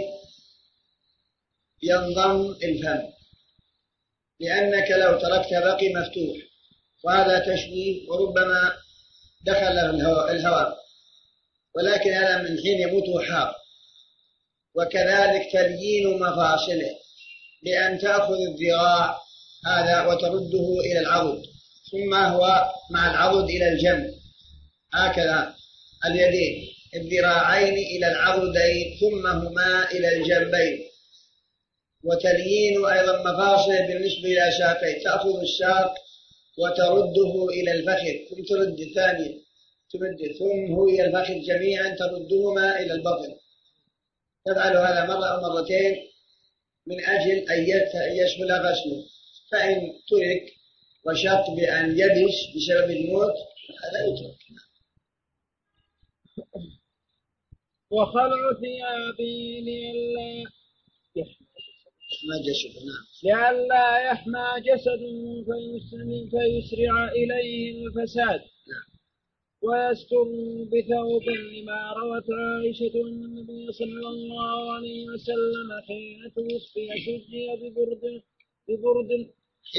ينضم الفم، لأنك لو تركت بقي مفتوح وهذا تشويه وربما دخل له الهواء، ولكن هذا من حين يموت حار. وكذلك تليين مفاصله بأن تأخذ الذراع هذا وترده إلى العضد ثم هو مع العضد إلى الجنب هكذا، اليدين الذراعين إلى العضدين ثم هما إلى الجنبين. وتليين أيضا مفاصله بالنسبة إلى ساقيه، تأخذ الساق وترده إلى الفخذ ثم ترد الثانية ثم هو إلى الفخذ جميعا تردهما إلى البطن. تفعل هذا مرة أو مرتين من أجل أن يسهل غسله، فإن ترك وشط بأن يبش بسبب الموت هذا يترك. وخلع ثيابه لئلا يحمى جسده فيسرع إليه الفساد. ويستر بثوب لما روت عائشة أن النبي صلى الله عليه وسلم حين توفي شجي ببرد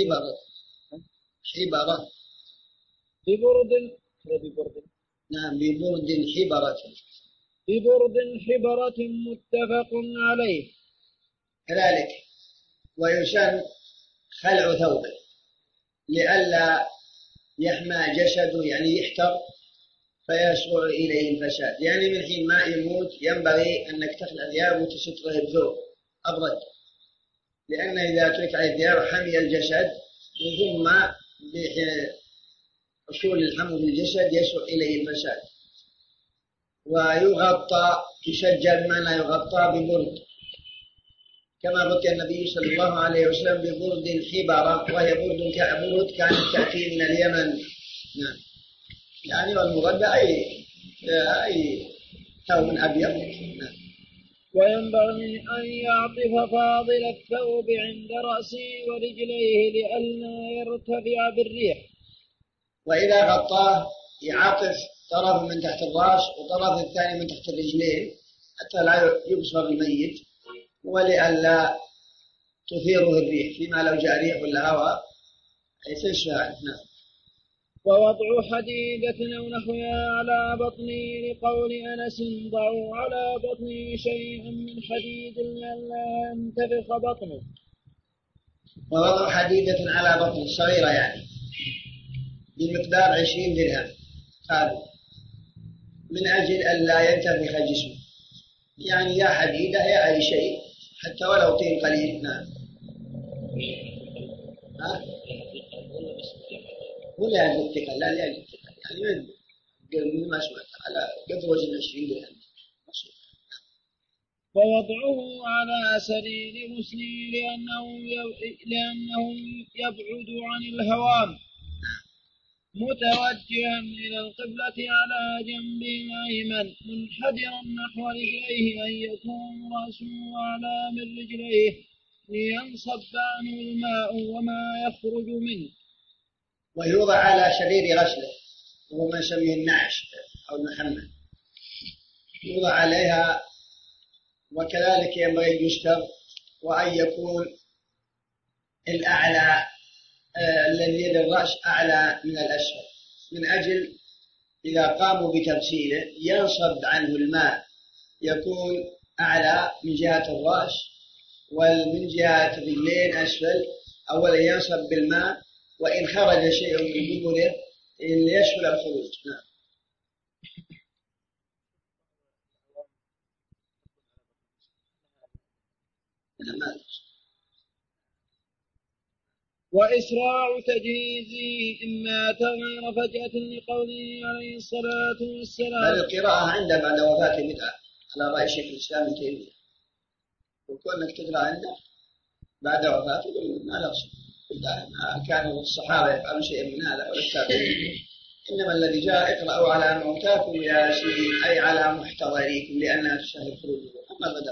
حبرة متفق عليه. كذلك ويسن خلع ثوبه لئلا يحمى جسده يعني يحتر فيسرع إليه الفساد، يعني من حين ما يموت ينبغي أنك تخلع ثيابه وتستره بثوب أبرد، لأن إذا ترك عليه ثياب حمي الجسد ثم بحصول الحمو في الجسد يسرع إليه الفساد. ويغطى يسجل ما لا يغطى ببرد كما غطي النبي صلى الله عليه وسلم ببرد حبرة، وهي برد كانت تأتي من اليمن. نعم يعني والمغدى أي ثوب أبيض. نعم. وينبغي أن يعطف فاضل الثوب عند رأسه ورجليه لئلا يرتفع بالريح. وإذا غطاه يعطف طرف من تحت الرأس وطرف الثاني من تحت الرجلين حتى لا يبصر الميت ولئلا تثيره الريح، فيما لو جاء ريح ولا هواء حيث يشفع. نعم. ووضع حديدة أو نحوها على بطنه لقول أنس ضعوا على بطنه شيئا من حديد لئلا ينتفخ بطنه. ووضع حديدة على بطنه صغيرة يعني بمقدار 20 درهم هذا من أجل أن لا ينتفخ جسمه، يعني يا حديدة يا أي شيء حتى ولو طين قليل. نعم. ولا يجب الثقل، لا يجب الثقل يعني ما سمعت على قدر وزن 20 درهم. ووضعه على سرير مسلم لأنه يبعد عن الهوام متوجها إلى القبلة على جنبه الأيمن منحدرا نحو رجليه أن يكون رأسه أعلى من رجليه لينصب عنه الماء وما يخرج منه. ويوضع على سرير غسله وهو ما يسميه النعش أو المحمد، يوضع عليها. وكذلك ينبغي يستر وأن يكون الأعلى الذي يد الرأس أعلى من الأسفل من أجل إذا قاموا بتغسيله ينصب عنه الماء يكون أعلى من جهة الرأس ومن جهة الرجلين أسفل. أولا ينصب بالماء وإن خرج شيء من دبره يسهل الخروج. نعم. وإسراع تجهيزه إما تغير فجأة لقوله عليه الصلاة والسلام. القراءة عنده بعد وفاته بدعة على رأي شيخ الإسلام ابن تيمية، وكونك تقرأ عنده بعد وفاته ما لا ما كان الصحابة يفعلون شيئا من هذا ولا التابعين، إنما الذي جاء اقرأوا على موتاكم ياسين أي على محتضريكم لأنها تسهل خروجكم. أما بدأ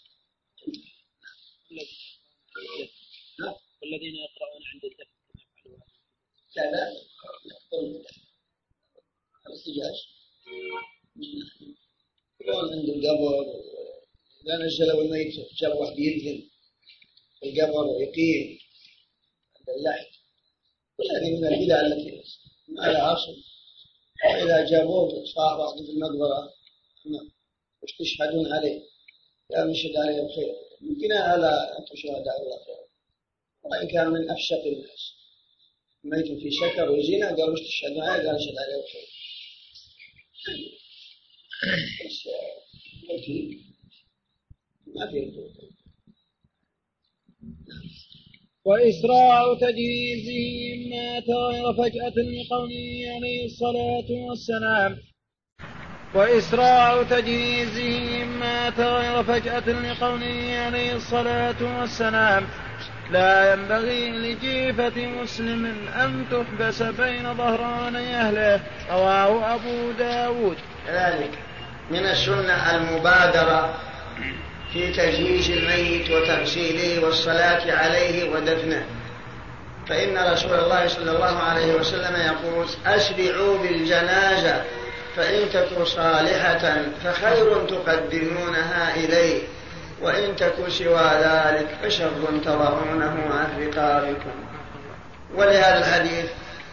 والذين يقرؤون عند الدفن كما يفعلون لا الاحتجاج يقولون عند القبر إذا نزلوا الميت جاب واحد يدفن في القبر ويقيم عند اللحد، كل هذه من البدع التي ما لها أصل. وإذا جابوه صار واحد في المقبرة وش تشهدون عليه؟ لا نشهد عليه بخير، يمكن على أن تشهد على الله خير، وإن كان من أفسق الناس ميت في سكر وزنا قال وش تشهد عليه؟ قال نشهد عليه بخير. ما في وإسراع تجهيزه إما تغير فجأة لقوله عليه الصلاة والسلام. وإسراع تجهيزه إما تغير فجأة لقوله عليه الصلاة والسلام. لا ينبغي لجيفة مسلم أن تحبس بين ظهراني أهله. رواه أبو داود. كذلك من السنة المبادرة في تجهيز الميت وتغسيله والصلاة عليه ودفنه، فإن رسول الله صلى الله عليه وسلم يقول: أسرعوا بالجنازة فإن تكن صالحة فخير تقدمونها إليه، وإن تكن سوى ذلك فشر تضعونه عن رقابكم. ولهذا الحديث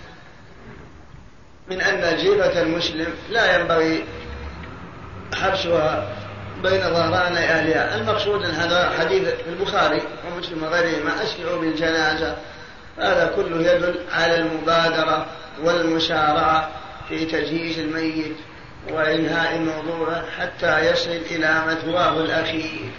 من أن جيبة المسلم لا ينبغي حبسها بين ظهران أهلها. المقصود أن هذا حديث في البخاري ومسلم وغيرهما: أسرعوا بالجنازة. هذا كله يدل على المبادرة والمسارعة في تجهيز الميت وإنهاء الموضوع حتى يصل إلى مثواه الأخير.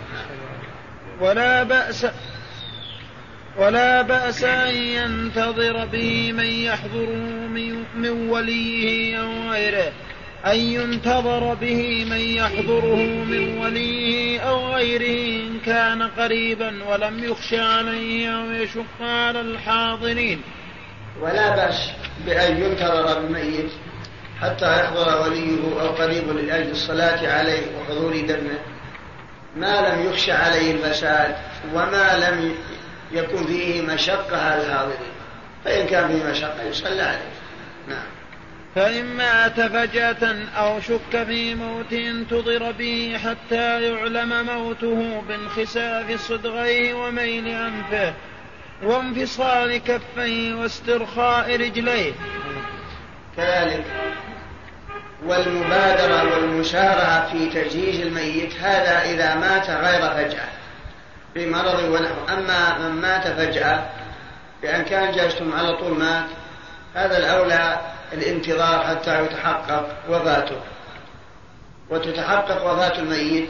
ولا بأس أن ينتظر به من يحضره من وليه أو غيره، أن ينتظر به من يحضره من وليه أو غيره إن كان قريبا ولم يخشى عليه أو يشق على الحاضرين. ولا بأس بأن ينتظر بالميت حتى يحضر وليه أو قريب لأجل الصلاة عليه وحضور دفنه، ما لم يخشى عليه الفساد وما لم يكن فيه مشقة على الحاضرين، فإن كان فيه مشقة يصلى عليه. نعم. فإن مات فجأة أو شك في موت انتظر به حتى يعلم موته بانخساف صدغيه وميل أنفه وانفصال كفيه واسترخاء رجليه. كذلك والمبادرة والمسارعة في تجهيز الميت هذا إذا مات غير فجأة بمرض ونحو. أما من مات فجأة بأن كان جالستم على طول مات، هذا الأولى الانتظار حتى يتحقق وفاته. وتتحقق وفاة الميت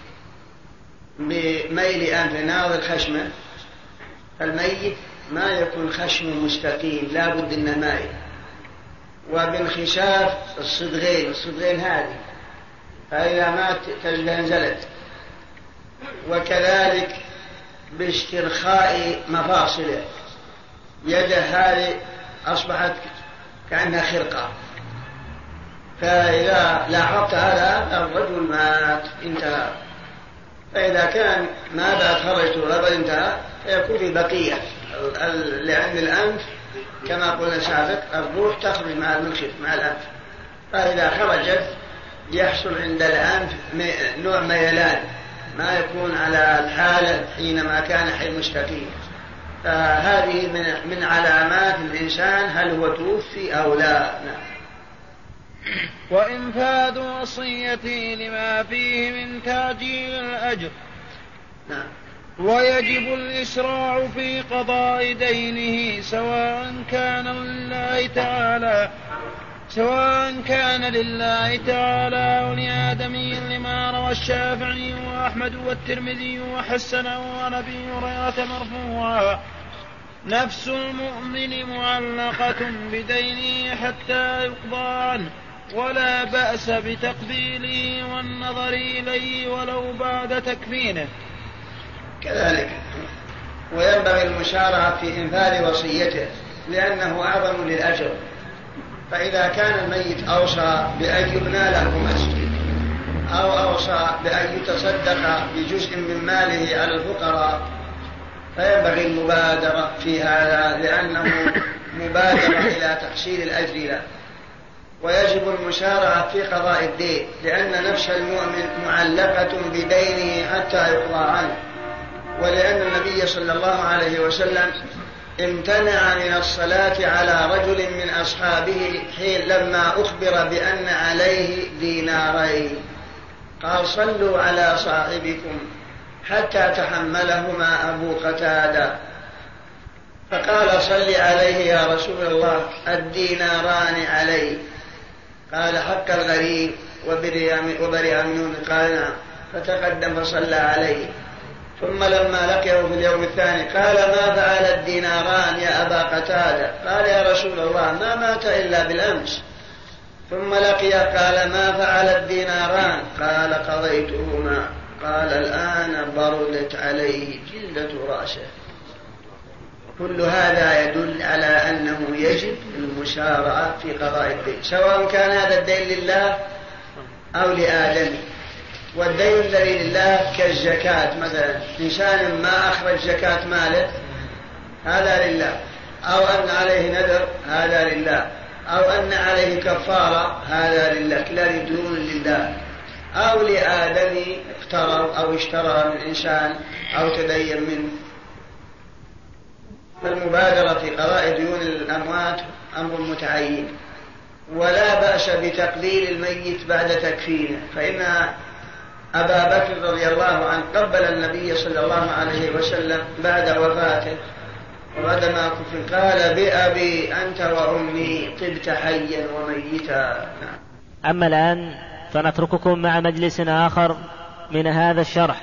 بميل أنف ناظر خشمه، الميت ما يكون خشمه مستقيم، لا بد إنه مائل، وبانخشاف الصدغين هذه، فإذا مات تجده انزلت. وكذلك باسترخاء مفاصله، يده هذه أصبحت كأنها خرقة، فإذا لاحظت هذا الرجل مات انتهى. فإذا كان ما بعد خرجت وغبل انتهى فيكون في بقية، لأن الأنف كما قلنا سابق الروح تخرج مع المنخف مع الأنف، فإذا خرجت يحصل عند الأنف نوع ميلان ما يكون على الحالة حينما كان حي مستقيم. فهذه من علامات الإنسان هل هو توفي أو لا. وإنفاذ وصيته لما فيه من تعجيل الأجر. ويجب الإسراع في قضاء دينه سواء كان لله تعالى أو لآدمي، لما روى الشافعي وأحمد والترمذي وحسنه عن أبي هريرة مرفوعا: نفس المؤمن معلقة بدينه حتى يقضى عنه، ولا بأس بتقبيله والنظر إليه ولو بعد تكفينه. كذلك وينبغي المشارعة في إنفاذ وصيته لأنه أعظم للأجر. فإذا كان الميت أوصى بأن يبنى له مسجد أو أوصى بأن يتصدق بجزء من ماله على الفقراء فينبغي المبادرة في هذا لأنه مبادرة إلى تحصيل الأجر له. ويجب المشارعة في قضاء الدين لأن نفس المؤمن معلقة بدينه حتى يقضى عنه، ولأن النبي صلى الله عليه وسلم امتنع من الصلاة على رجل من أصحابه حين لما أخبر بأن عليه دينارين، قال صلوا على صاحبكم حتى تحملهما أبو قتادة، فقال صل عليه يا رسول الله الديناران عليه، قال حق الغريب وبرئ منه، قال فتقدم فصلى عليه. ثم لما لقيه في اليوم الثاني قال ما فعل الديناران يا أبا قتادة؟ قال يا رسول الله ما مات إلا بالأمس. ثم لقيه قال ما فعل الديناران؟ قال قضيتهما. قال الآن بردت عليه جلدة رأسه. كل هذا يدل على أنه يجب المشارعة في قضاء الدين، سواء كان هذا الدين لله أو لآدم. والدين الذي لله كالزكاة مثلا، إنسان ما أخرج زكاة ماله هذا لله، أو أن عليه نذر هذا لله، أو أن عليه كفارة هذا لله، كلا ديون لله. أو لآدم اقترض أو اشترى من إنسان أو تدين منه. فالمبادرة في قضاء ديون الأموات أمر متعين، ولا بأس بتقبيل الميت بعد تكفينه، فإن أبا بكر رضي الله عنه قبل النبي صلى الله عليه وسلم بعد وفاته وبعدما كفن قال بأبي أنت وأمي طبت حيا وميتا. أما الآن فنترككم مع مجلس آخر من هذا الشرح.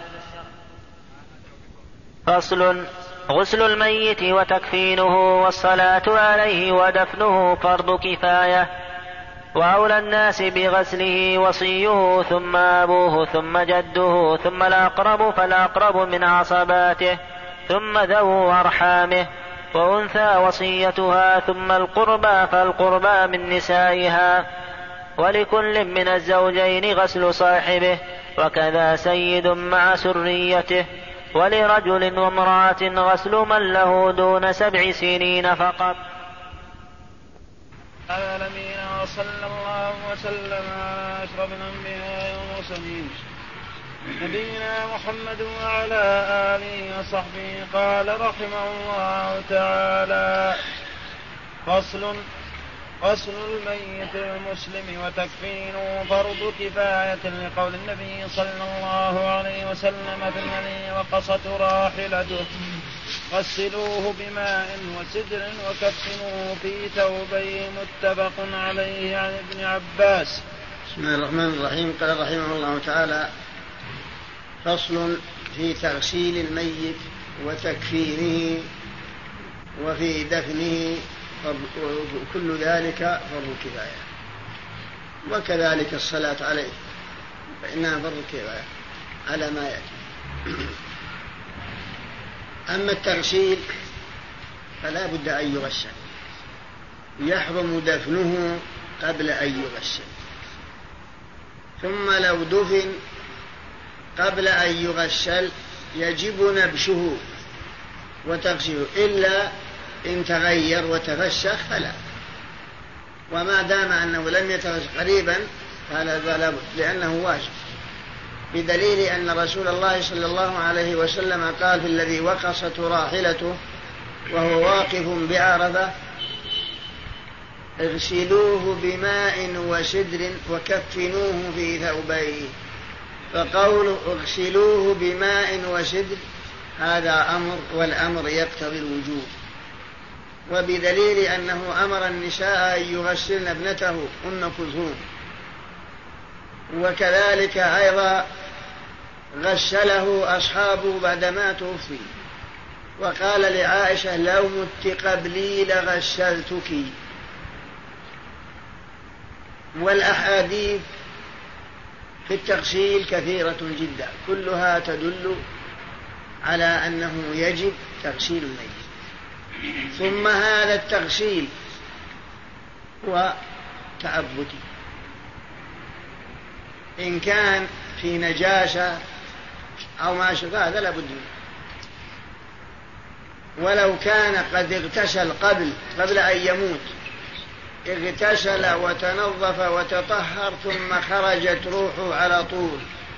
فصل: غسل الميت وتكفينه والصلاة عليه ودفنه فرض كفاية، وأولى الناس بغسله وصيه ثم أبوه ثم جده ثم الأقرب فالأقرب من عصباته ثم ذو أرحامه، وأنثى وصيتها ثم القربى فالقربى من نسائها، ولكل من الزوجين غسل صاحبه، وكذا سيد مع سريته، ولرجل وامرأة غسل من له دون 7 سنين فقط. العالمين، وصلى الله وسلم على أشرف الأنبياء والمرسلين نبينا محمد وعلى آله وصحبه. قال رحمه الله تعالى: غسل الميت المسلم وتكفينه فرض كفاية، لقول النبي صلى الله عليه وسلم في الذي وقصت راحلته: غسلوه بماء وسدر وكفنوه في ثوبيه. متفق عليه. عن ابن عباس. بسم الله الرحمن الرحيم. قال رحمه الله تعالى: فصل في تغسيل الميت وتكفينه وفي دفنه، وكل ذلك فرض كفاية، وكذلك الصلاة عليه فإنها فرض كفاية على ما يأتي. أما التغسيل فلا بد أن يغسل، يحرم دفنه قبل أن يغسل، ثم لو دفن قبل أن يغسل يجب نبشه وتغسله، إلا إن تغير وتفسخ فلا. وما دام أنه لم يتفسخ قريبا فلا بد، لأنه واجب، بدليل أن رسول الله صلى الله عليه وسلم قال في الذي وقصت راحلته وهو واقف بعرفة: اغسلوه بماء وسدر وكفنوه في ثوبيه. فقوله اغسلوه بماء وسدر هذا أمر، والأمر يقتضي الوجوب، وبدليل أنه أمر النساء أن يغسلن ابنته أم كلثوم، وكذلك أيضا غسله أصحابه بعدما توفي، وقال لعائشة لو مت قبلي لغسلتك. والأحاديث في التغسيل كثيرة جدا كلها تدل على أنه يجب تغسيل الميت. ثم هذا التغسيل هو تعبدي، إن كان في نجاسة أو ما شابه هذا لا بد منه. ولو كان قد اغتسل قبل أن يموت، اغتسل وتنظف وتطهر ثم خرجت روحه على طول،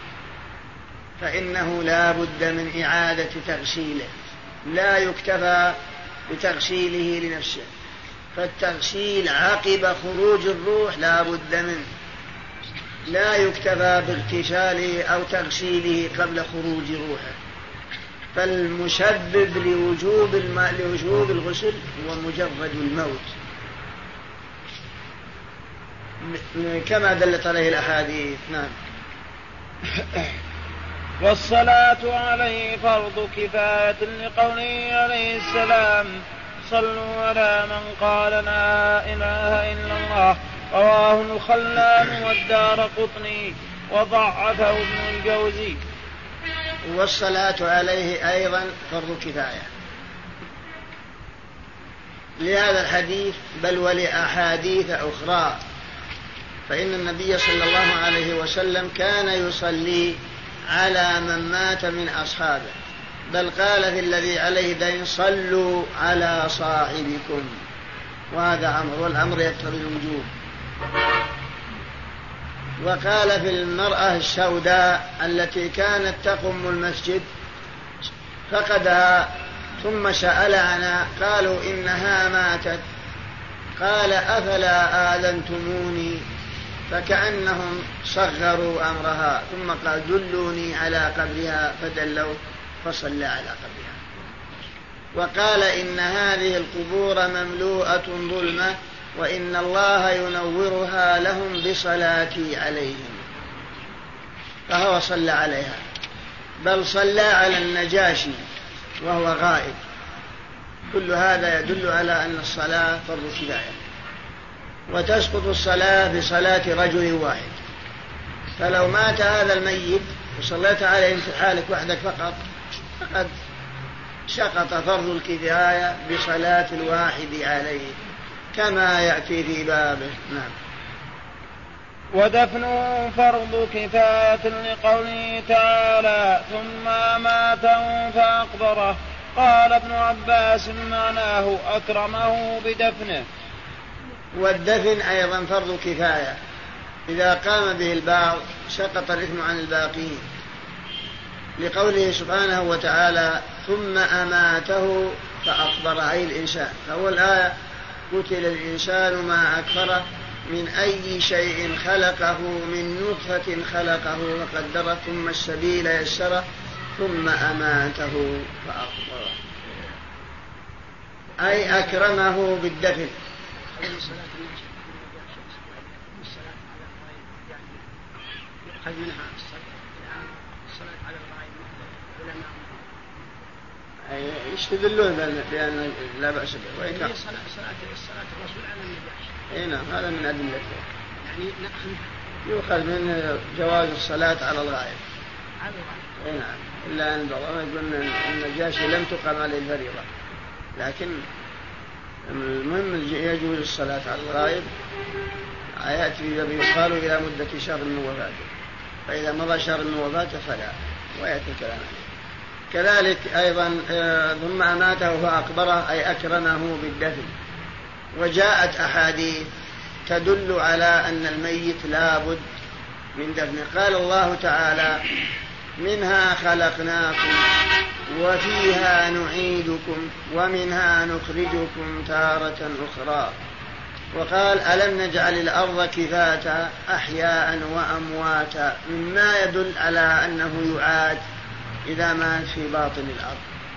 فإنه لا بد من إعادة تغسيله، لا يكتفى بتغسيله لنفسه، فالتغسيل عقب خروج الروح لا بد منه، لا يكتفى باغتساله أو تغسيله قبل خروج روحه. فالمسبب لوجوب الغسل هو مجرد الموت كما دلت عليه الأحاديث. نعم. والصلاة عليه فرض كفاية لقوله عليه السلام صلوا على من قال لا إله إلا الله، رواه الخلال والدارقطني وضعفه ابن الجوزي. والصلاة عليه أيضا فرض كفاية لهذا الحديث بل ولأحاديث أخرى، فإن النبي صلى الله عليه وسلم كان يصلي على من مات من أصحابه، بل قال في الذي عليه دين صلوا على صاحبكم، وهذا أمر، والأمر يقتضي الوجوب. وقال في المرأة السوداء التي كانت تقم المسجد فقدها ثم سأل عنها قالوا إنها ماتت، قال أفلا آذنتموني، فكأنهم صغروا أمرها، ثم قال دلوني على قبرها فدلوا فصلى على قبرها. وقال إن هذه القبور مملوءة ظلمة وإن الله ينورها لهم بصلاتي عليهم، فهو صلى عليها، بل صلى على النجاشي وهو غائب. كل هذا يدل على أن الصلاة فرض كفاية، وتسقط الصلاة بصلاة رجل واحد. فلو مات هذا الميت وصليت عليه في حالك وحدك فقط سقط فرض الكفاية بصلاة الواحد عليه كما يأتي في بابه. نعم. ودفنه فرض كفاية لقوله تعالى ثم أماته فأقبره. قال ابن عباس معناه أكرمه بدفنه. والدفن أيضا فرض كفاية، إذا قام به البعض سقط الإثم عن الباقين، لقوله سبحانه وتعالى ثم أماته فأقبره أي الإنسان. فأول آية قتل الإنسان ما أكفره من أي شيء خلقه من نطفة خلقه وقدره ثم السبيل يسره ثم أماته فأقبره أي أكرمه بالدفن. يستدلون بأن لا بأس به وإن كان صلاة الرسول على النجاشي. إيه نعم، هذا من أدلته، يعني يؤخذ من جواز الصلاة على الغائب. على الغائب. إيه نعم، إلا أن بعضهم يقول أن النجاشي لم تقم عليه الفريضة، لكن المهم يجوز الصلاة على الغائب. يأتي يقال إلى مدة شهر من وفاته، فإذا مضى شهر من وفاته فلا، ويأتي الكلام عليه. كذلك أيضا ثم أماته فأقبره أي أكرمه بالدفن. وجاءت أحاديث تدل على أن الميت لا بد من دفنه. قال الله تعالى منها خلقناكم وفيها نعيدكم ومنها نخرجكم تارة أخرى. وقال ألم نجعل الأرض كفاتا أحياء وأمواتا، مما يدل على أنه يعاد إذا مات في باطن الأرض.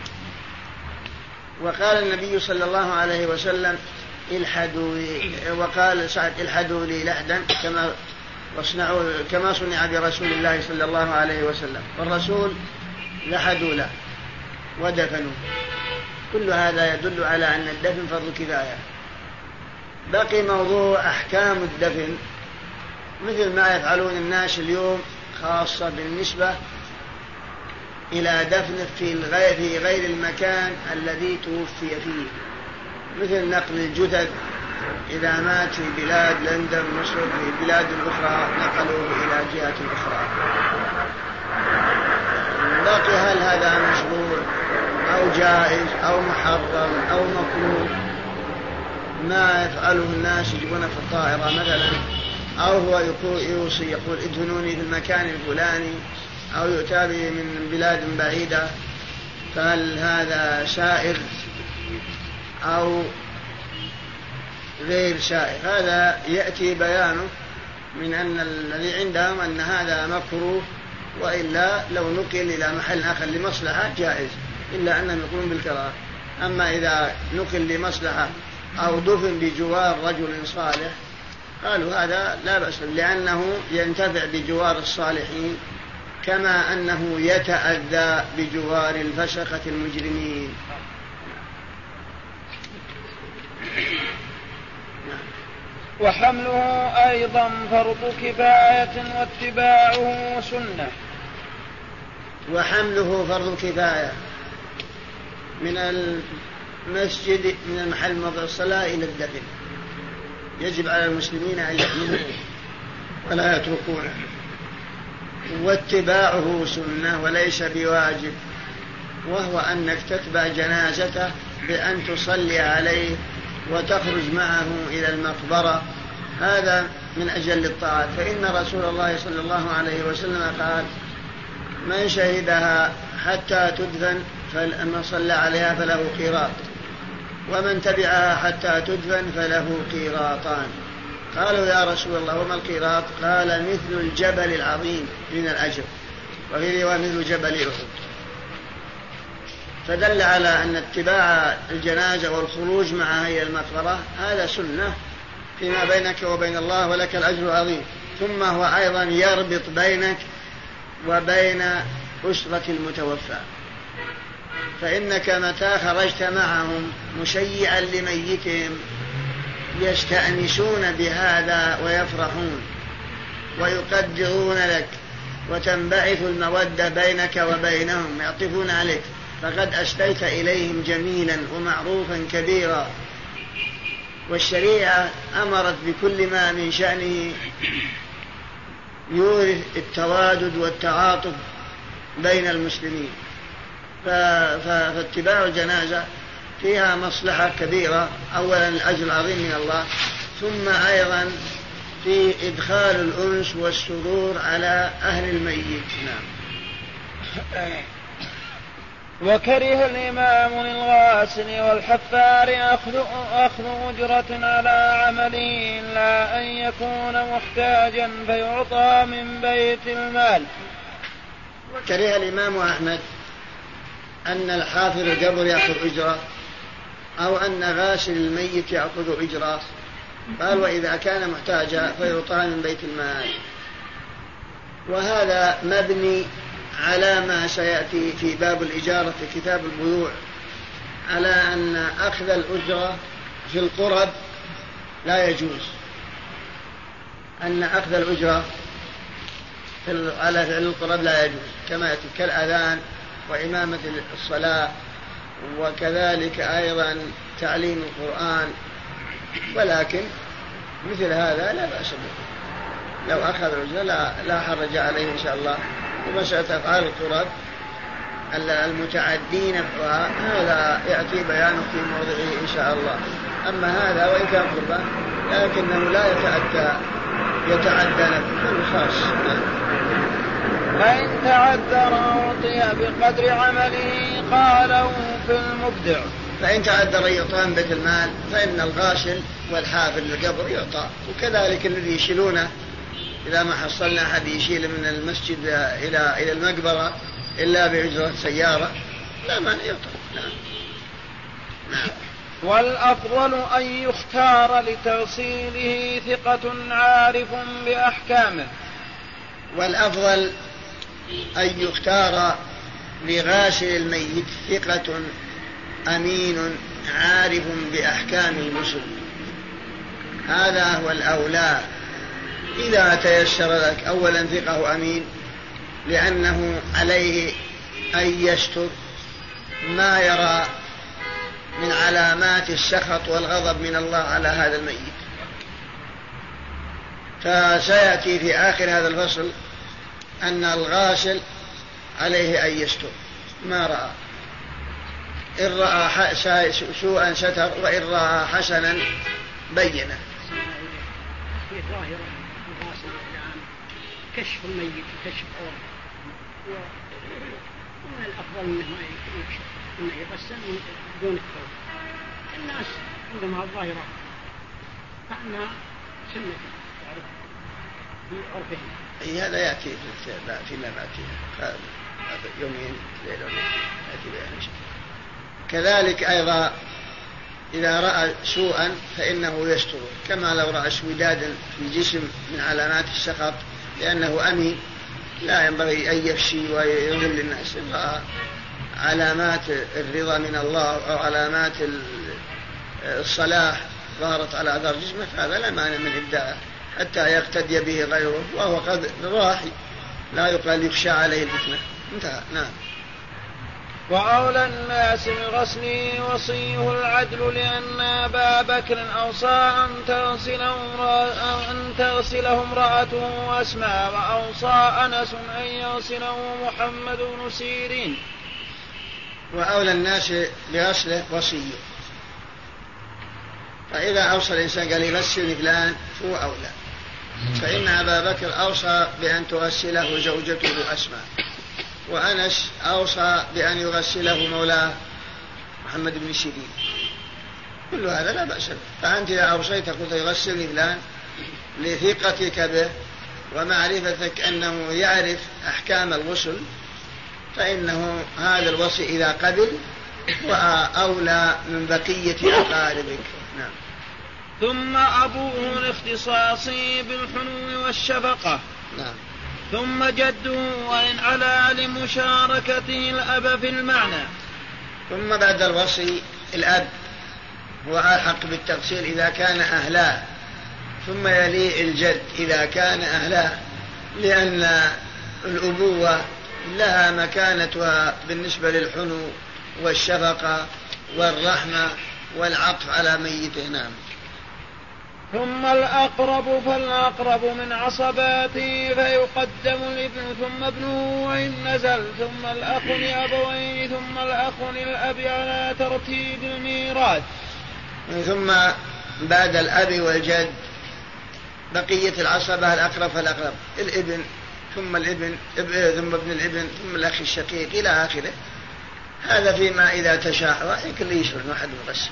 وقال النبي صلى الله عليه وسلم وقال سعد الحدوا لي لحدا كما صنع برسول الله صلى الله عليه وسلم، والرسول لحدوا له ودفنوا. كل هذا يدل على أن الدفن فرض كفاية. بقي موضوع أحكام الدفن، مثل ما يفعلون الناس اليوم، خاصة بالنسبة إلى دفن في غير المكان الذي توفي فيه، مثل نقل الجثث إذا مات في بلاد لندن مصر، في البلاد الأخرى نقلوه إلى جهة أخرى. بقي هل هذا مشروع أو جائز أو محرم أو مكروه؟ ما يفعله الناس يجيبون في الطائرة مثلا، أو هو يوصي يقول ادفنوني في المكان الفلاني، أو يؤتى به من بلاد بعيدة، فهل هذا سائغ أو غير سائغ؟ هذا يأتي بيانه من أن الذي عندهم أن هذا مكروه، وإلا لو نقل إلى محل آخر لمصلحة جائز، إلا أنهم يقولون بالكراهة. أما إذا نقل لمصلحة أو دفن بجوار رجل صالح قالوا هذا لا بأس، لأنه ينتفع بجوار الصالحين كما أنه يتأذى بجوار الفسقة المجرمين. وحمله أيضا فرض كفاية واتباعه سنة. وحمله فرض كفاية من المسجد، من المحل موضع الصلاة إلى الدفن، يجب على المسلمين أن يحملوه ولا يتركونه. واتباعه سنة وليس بواجب، وهو أنك تتبع جنازته بأن تصلي عليه وتخرج معه إلى المقبرة، هذا من أجل الطاعات. فإن رسول الله صلى الله عليه وسلم قال: من شهدها حتى تدفن فمن صلى عليها فله قيراط، ومن تبعها حتى تدفن فله قيراطان. قالوا: يا رسول الله وما القيراط؟ قال: مثل الجبل العظيم من الأجر، وفي رواية مثل جبل أحد. فدل على أن اتباع الجنازة والخروج معها إلى المقبرة هذا سنة فيما بينك وبين الله، ولك الأجر العظيم. ثم هو أيضا يربط بينك وبين أسرة المتوفى، فإنك متى خرجت معهم مشيعا لميتهم يستأنسون بهذا ويفرحون ويقدرون لك، وتنبعث المودة بينك وبينهم، يعطفون عليك، فقد أسديت إليهم جميلا ومعروفا كبيرا. والشريعة أمرت بكل ما من شأنه يورث التوادد والتعاطف بين المسلمين. فاتباع الجنازة فيها مصلحة كبيرة، أولا الأجر العظيم من الله، ثم أيضا في إدخال الأنس والسرور على أهل الميت. وكره الإمام للغاسل والحفار أخذ أجرة على عمله إلا أن يكون محتاجا فيعطى من بيت المال. وكره الإمام أحمد أن الحافر القبر يأخذ أجرة، أو أن غاسل الميت يأخذ أجرة، قال: وإذا كان محتاجا فيعطى من بيت المال. وهذا مبني على ما سيأتي في باب الإجارة في كتاب البيوع، على أن أخذ الأجرة في القرب لا يجوز، أن أخذ الأجرة على فعل القرب لا يجوز، كما يأتي كالأذان وإمامة الصلاة، وكذلك أيضا تعليم القرآن. ولكن مثل هذا لا بأس به، لو أخذ الأجرة لا حرج عليه إن شاء الله. ومسألة أفعال القرب المتعدين نفعها هذا يأتي بيانه في موضعه إن شاء الله. أما هذا وإن كان قربا لكنه لا يتعدى نفعه خاص. فإن تعذر أعطي بقدر عمله، قالوا في المبدع. فإن تعذر يعطى بيت المال، فإن الغاسل والحافر للقبر يعطى، وكذلك الذي يشيلونه إذا ما حصلنا أحد يشيل من المسجد إلى المقبرة إلا بأجرة سيارة لا مانع يعطى. نعم. والأفضل أن يختار لتوصيله ثقة عارف بأحكامه. والأفضل أن يختار لغاسل الميت ثقة أمين عارف بأحكام الغسل، هذا هو الأولى. إذا تيسر لك أولا ثقه أمين، لأنه عليه أن يستر ما يرى من علامات السخط والغضب من الله على هذا الميت. فسيأتي في آخر هذا الفصل أن الغاسل عليه أن يستر ما رأى، إن رأى سوءا ستر، وإن رأى حسنا بينه. في ظاهرة الغاسل الآن كشف الميت وكشف عورته، ومن الأفضل أنه يكشف، أنه يغسل دون الثوب. الناس عندهم الظاهرة كأنها سنة تعرف في عرفهم. هذا يأتي فيما بأتي يومين ليلة يأتي بأهل. كذلك أيضا إذا رأى سوءا فإنه يستر، كما لو رأى اسودادا في جسم من علامات السخط، لأنه أمين لا ينبغي أن يفشي ويذل الناس. إن رأى علامات الرضا من الله أو علامات الصلاح ظهرت على أثر جسمه فهذا لا مانع من إبداعه حتى يقتدي به غيره، وهو قد راحي لا يقال يخشى عليه الفتنة. انتهى. نعم. وأولى الناس بغسله وصيه العدل، لأن أبا بكر أوصى أن تغسله امرأته أسماء، وأوصى أنس أن يغسله محمد بن سيرين. وأولى الناس بغسله وصيه، فإذا أوصى الإنسان قال يغسل فلان فهو أولى. فإن أبا بكر أوصى بأن تغسله زوجته أسماء، وأنس أوصى بأن يغسله مولاه محمد بن سيرين. كل هذا لا بأس به. فأنت إذا أوصيت قلت يغسل فلان لثقتك به ومعرفتك أنه يعرف أحكام الغسل، فإنه هذا الوصي إذا قبل وأولى من بقية أقاربك. نعم. ثم أبوه لاختصاصه بالحنو والشفقة. نعم. ثم جده وإن على لمشاركته الأب في المعنى. ثم بعد الوصي الأب هو أحق بالتغسيل إذا كان أهلاه، ثم يلي الجد إذا كان أهلاه، لأن الأبوة لها مكانتها بالنسبة للحنو والشفقة والرحمة والعطف على ميته. نعم. ثم الأقرب فالأقرب من عصباته فيقدم الابن ثم ابنه وإن نزل، ثم الأخ لأبوين، ثم الأخ للأب على ترتيب الميراث. ثم بعد الأب والجد بقية العصبة الأقرب فالأقرب، الابن ثم الابن ثم ابن الابن ثم الأخ الشقيق إلى آخره. هذا فيما إذا تشاحوا يمكن لي يشعر ما حد مقسم.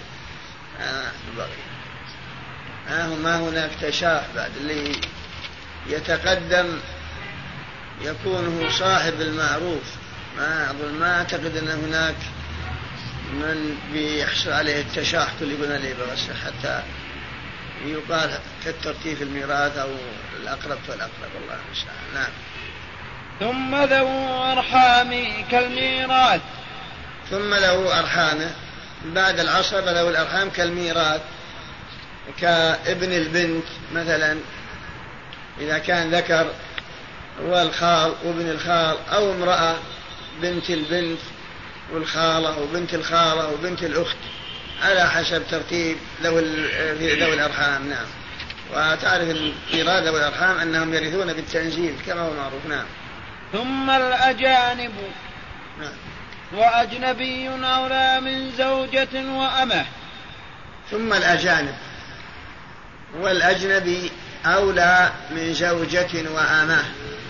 ما هناك تشاح بعد اللي يتقدم يكون هو صاحب المعروف. ما أعتقد أن هناك من بيحصل عليه التشاح كل يقولنا لي بغسل حتى يقال كالترتيب في الميراث أو الأقرب فالأقرب. والله المستعان. نعم. ثم ذو أرحام كالميراث. ثم له أرحامه بعد العصبة، له الأرحام كالميراث، كابن البنت مثلا إذا كان ذكر، والخال وابن الخال، أو امرأة بنت البنت والخالة وبنت الخالة وبنت الأخت على حسب ترتيب ذوي الأرحام. نعم. وتعرف الإرادة والأرحام أنهم يرثون بالتنزيل كما هو معروف. نعم. ثم الأجانب. نعم. وأجنبي أولى من زوجة وأمه. ثم الأجانب والأجنبي أولى من زوجة وأمه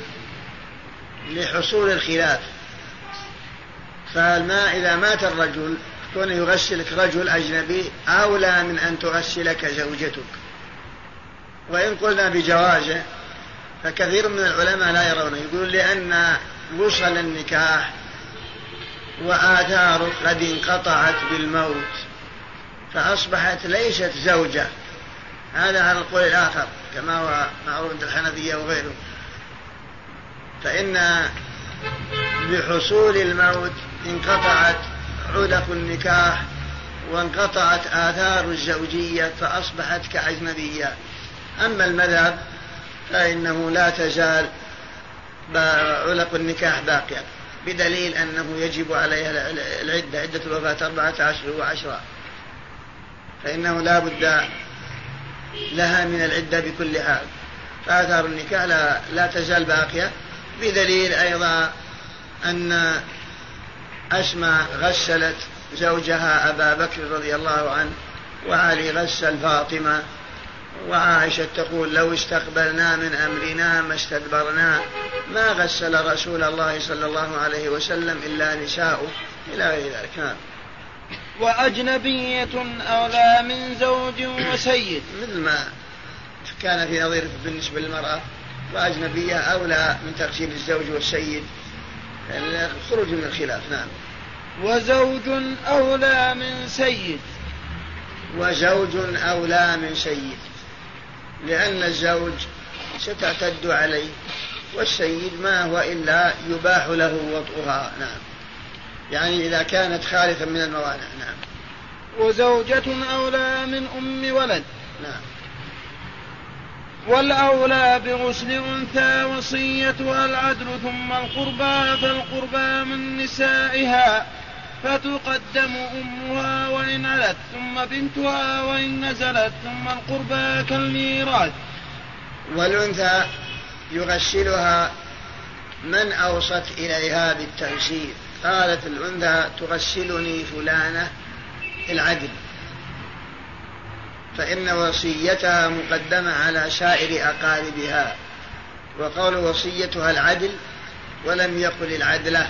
لحصول الخلاف. فالماء إذا مات الرجل كون يغسلك رجل أجنبي أولى من أن تغسلك زوجتك. وإن قلنا بجوازه فكثير من العلماء لا يرونه، يقول لأن وصل النكاح وآثاره قد انقطعت بالموت فأصبحت ليست زوجة. هذا على القول الآخر كما هو معروف عند الحنفية وغيره. فإن بحصول الموت انقطعت علق النكاح وانقطعت آثار الزوجية فأصبحت كأجنبية. أما المذهب فإنه لا تزال علق النكاح باقية، بدليل أنه يجب عليها العدة، عدة الوفاة 14 و10، فإنه لا بد لها من العدة بكل حال، فآثار النكاح لا تزال باقية، بدليل أيضا أن أسماء غسلت زوجها أبا بكر رضي الله عنه، وعلي غسل فاطمة، وعائشة تقول لو استقبلنا من أمرنا ما استدبرنا، ما غسل رسول الله صلى الله عليه وسلم إلا نساؤه، إلى غير ذلك. وأجنبية أولى من زوج وسيد، مثل ما كان في نظير بالنسبة للمرأة، وأجنبية أولى من تغسيل الزوج والسيد، الخروج من الخلاف. نعم. وزوج أولى من سيد، وزوج أولى من سيد، لأن الزوج ستعتد عليه، والسيد ما هو إلا يباح له وطئها. نعم، يعني إذا كانت خالفا من الموانع. نعم. وزوجة أولى من أم ولد. نعم. والأولى بغسل أنثى وصيتها العدل ثم القربى، فالقربى من نسائها فتقدم أمها وإن علت، ثم بنتها وإن نزلت، ثم القربى كالميراث. والأنثى يغسلها من أوصت إليها بالتغسيل، قالت الأنثى تغسلني فلانة العدل، فإن وصيتها مقدمة على سائر أقاربها، وقول وصيتها العدل ولم يقل العدلة،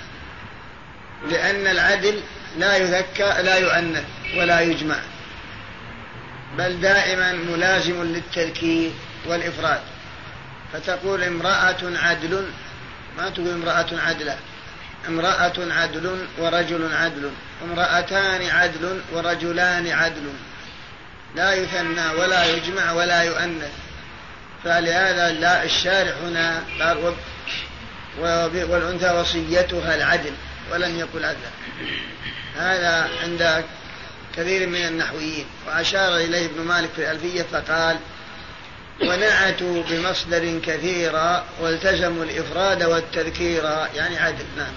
لأن العدل لا يذكى لا يؤنث ولا يجمع، بل دائما ملازم للتذكير والإفراد، فتقول امرأة عدل، ما تقول امرأة عدلة، امرأة عدل ورجل عدل، امرأتان عدل ورجلان عدل، لا يثنى ولا يجمع ولا يؤنث. فلهذا لا الشارع هنا قال والأنثى وصيتها العدل ولم يقل عدلا. هذا عند كثير من النحويين، وأشار إليه ابن مالك في الألفية فقال ونعتوا بمصدر كثيرا والتزموا الإفراد والتذكير، يعني عدل. نعم.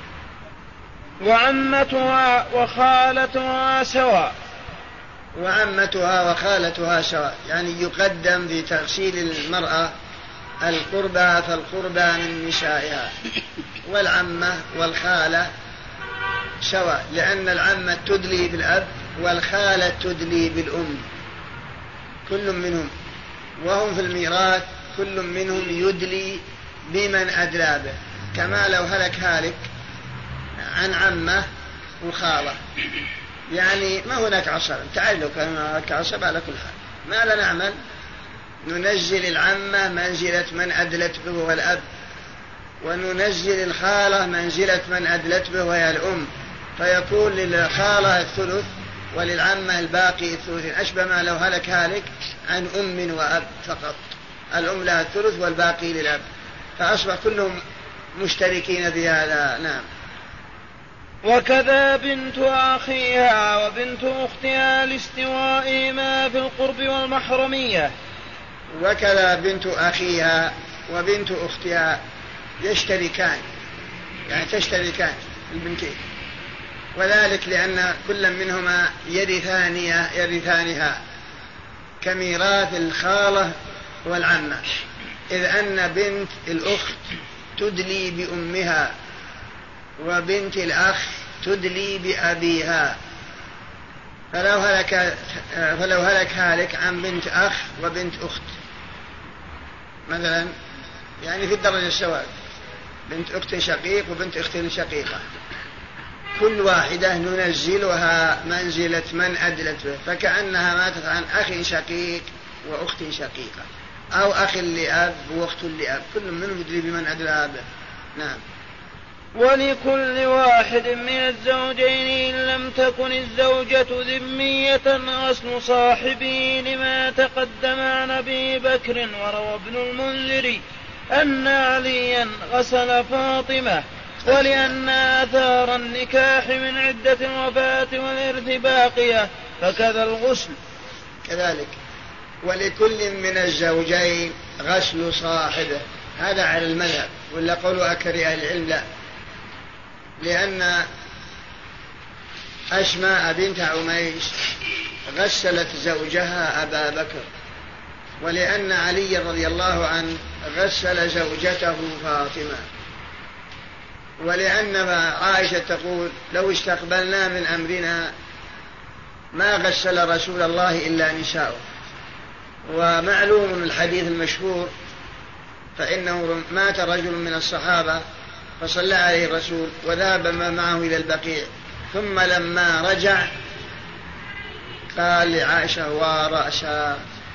وعمتها وخالتها سواء. وعمتها وخالتها سواء، يعني يقدم في تغسيل المرأة القربى، فالقربى من نسائها، والعمة والخالة سواء، لأن العمة تدلي بالأب والخالة تدلي بالأم، كل منهم، وهم في الميراث كل منهم يدلي بمن أدلى به، كما لو هلك هالك عن عمة وخالة، يعني ما هناك عصب، تعال لو كان هناك عصب على كل حال، ما لا نعمل ننزل العمة منزلة من أدلت به والأب، وننزل الخالة منزلة من أدلت به وهي الأم، فيكون للخالة الثلث وللعمة الباقي الثلث، أشبه ما لو هلك هالك عن أم وأب فقط، الأم لها الثلث والباقي للأب، فأصبح كلهم مشتركين بهذا. نعم. وكذا بنت أخيها وبنت أختها لاستوائهما في القرب والمحرمية. وكذا بنت أخيها وبنت أختها يشتركان، يعني تشتركان البنتين، وذلك لأن كل منهما يرثانها كميراث الخالة والعمة، إذ أن بنت الأخت تدلي بأمها وبنت الأخ تدلي بأبيها، فلو هلك هالك عن بنت أخ وبنت أخت مثلا، يعني في الدرجة السواء، بنت أخت شقيق وبنت أخت شقيقة، كل واحدة ننزلها منزلة من أدلت به، فكأنها ماتت عن أخ شقيق وأخت شقيقة، أو أخ لأب وأخت لأب، كل منهم يدري بمن أدلى به. نعم. ولكل واحد من الزوجين إن لم تكن الزوجة ذمية غسل صاحبه، لما تقدم عن أبي بكر. وروى ابن المنذر أن عليا غسل فاطمة ولأن آثار النكاح من عدة الوفاة والإرث باقية فكذا الغسل. كذلك ولكل من الزوجين غسل صاحبه، هذا على المذهب، ولا قول أكثر أهل العلم لا، لأن أسماء بنت عميس غسلت زوجها أبا بكر، ولأن علي رضي الله عنه غسل زوجته فاطمة، ولأن عائشة تقول لو استقبلنا من أمرنا ما غسل رسول الله إلا نساؤه. ومعلوم الحديث المشهور فإنه مات رجل من الصحابة فصلى عليه الرسول وذهب معه إلى البقيع، ثم لما رجع قال لعائشة ورأسا،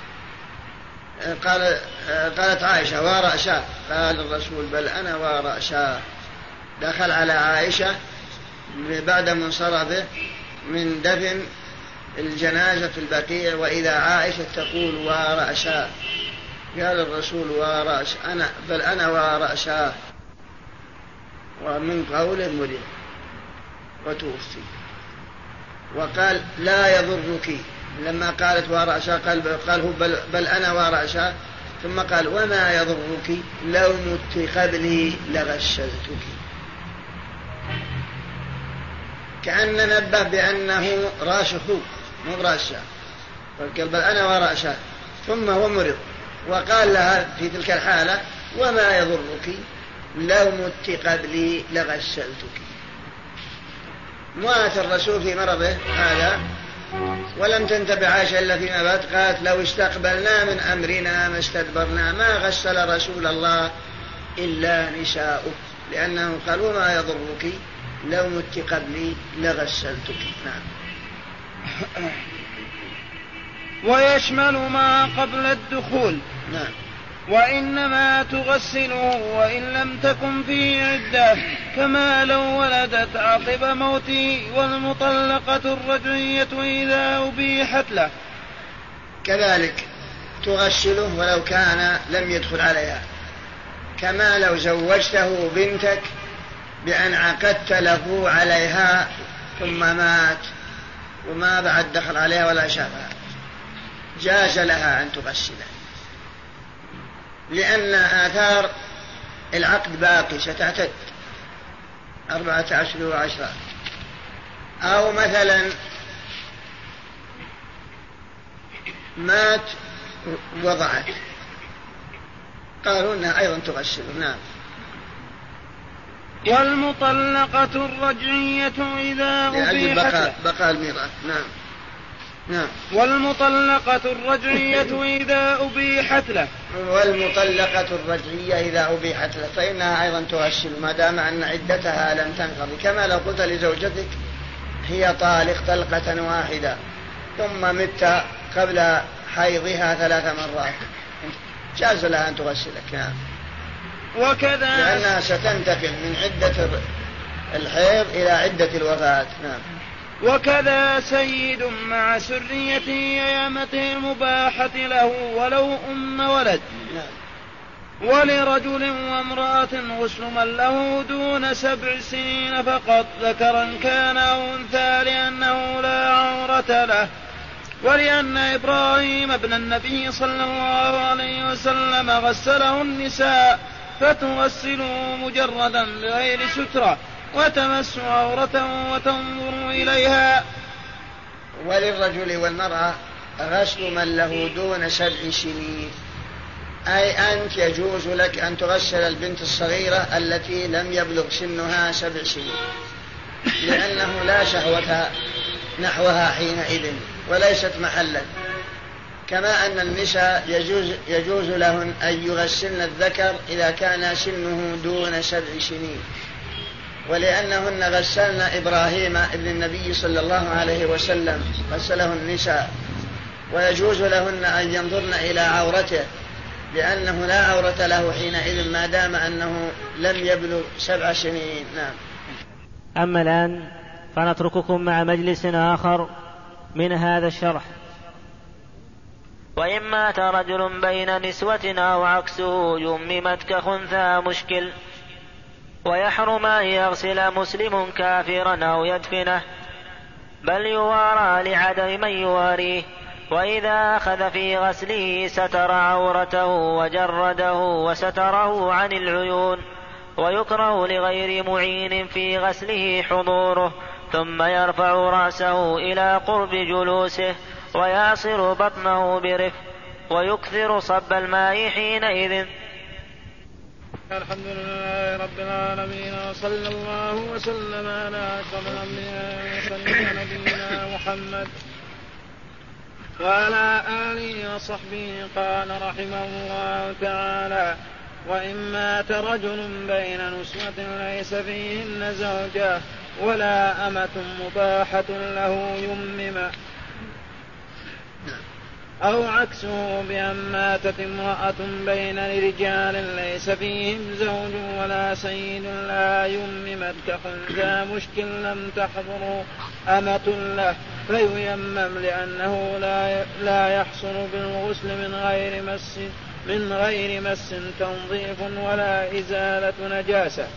قالت عائشة ورأسا، قال الرسول بل أنا ورأسا. دخل على عائشة بعد منصرفه من دفن الجنازة في البقيع وإذا عائشة تقول ورأسا، قال الرسول ورأس أنا بل أنا ورأسا، ومن قوله مريض وتوفي. وقال لا يضرك، لما قالت ورأسا قال هو بل أنا ورأسا، ثم قال وما يضرك لو مت قبلي لغسلتك، كأن نبه بأنه راسخ مو برأسا، قال بل أنا ورأسا، ثم هو مرض وقال لها في تلك الحالة وما يضرك لو مت قبلي لغسلتك. مات الرسول في مرضه هذا ولم تنتبه عائشة إلا فيما بعد، قالت لو استقبلنا من أمرنا ما استدبرنا ما غسل رسول الله إلا نساؤه، لأنه قال وما يضرك لو مت قبلي لغسلتك. نعم. ويشمل ما قبل الدخول. نعم. وإنما تغسله وإن لم تكن في عدة، كما لو ولدت عقب موته. والمطلقة الرجعية إذا أبيحت له كذلك تغسله ولو كان لم يدخل عليها، كما لو زوجته بنتك بأن عقدت له عليها ثم مات وما بعد دخل عليها ولا شافها، جاز لها أن تغسله، لأن آثار العقد باقي ستعتد 14 و10. أو مثلا مات وضعت قالوا أنها أيضا تغسل. نعم. والمطلقة الرجعية إذا أبيحت بقى الميراث. نعم. نعم. والمطلقة الرجعية إذا أبيحت له. والمطلقة الرجعية إذا أبيحت له فإنها أيضا تغسل ما دام أن عدتها لم تنقضي، كما لو قلت لزوجتك هي طالق طلقة واحدة ثم مت قبل حيضها 3 مرات، جاز لها أن تغسلك. نعم. وكذا لأنها ستنتقل من عدة الحيض إلى عدة الوفاة. نعم. وكذا سيد مع سرية أيامته المباحة له ولو ولد. نعم. ولرجل وامرأة غسل من له دون 7 سنين فقط، ذكرا كان أو أنثى، لأنه لا عورة له. ولأن إبراهيم ابن النبي صلى الله عليه وسلم غسله النساء فتغسله مجردا بغير سترة وتمس عورته وتنظر إليها. وللرجل والمرأة غسل من له دون 7 سنين، أي أنت يجوز لك أن تغسل البنت الصغيرة التي لم يبلغ سنها 7 سنين، لأنه لا شهوة نحوها حينئذ وليست محلا، كما أن النساء يجوز لهن أن يغسلن الذكر إذا كان سنه دون 7 سنين، ولأنهن غسلن إبراهيم ابن النبي صلى الله عليه وسلم غسله النساء، ويجوز لهن أن ينظرن إلى عورته لأنه لا عورة له حينئذ ما دام أنه لم يبلغ 7 سنين. نعم. أما الآن فنترككم مع مجلس آخر من هذا الشرح. وإن مات رجل بين نسوة أو عكسه جممت كخنثى مشكل. ويحرم أن يغسل مسلم كافرا أو يدفنه، بل يوارى لعدم من يواريه. وإذا أخذ في غسله ستر عورته وجرده وستره عن العيون. ويكره لغير معين في غسله حضوره، ثم يرفع رأسه إلى قرب جلوسه ويعصر بطنه برفق، ويكثر صب الماء حينئذ. الحمد لله رب العالمين، وصلى الله وسلم على أشرف الأنبياء والمرسلين نبينا محمد وعلى آله وصحبه. قال رحمه الله تعالى: وإن مات رجل بين نسوة ليس فيهن زوجة ولا أمة مباحة له يمم، أو عكسه بأن ماتت امرأة بين رجال ليس فيهم زوج ولا سيد لا يممت كخنثى مشكل لم تحضر أمة له فييمم، لأنه لا يحصل بالغسل من غير مس تنظيف ولا إزالة نجاسة.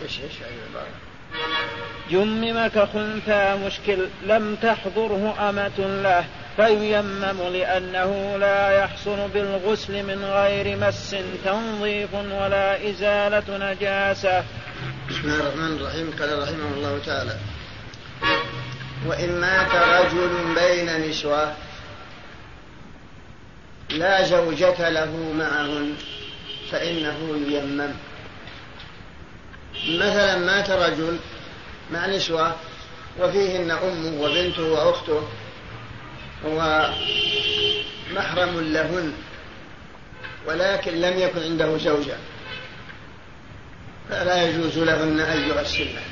يمم كخنثى مشكل لم تحضره أمة له فييمم، لأنه لا يحصل بالغسل من غير مس تنظيف ولا إزالة نجاسة. بسم الله الرحمن الرحيم. قال رحمه الله تعالى: وإن مات رجل بين نسوة لا زوجة له معهن فإنه ييمم. مثلا مات رجل مع نسوة وفيهن أمه وبنته وأخته ومحرم لهن، ولكن لم يكن عنده زوجة، فلا يجوز لهن أن يغسلن،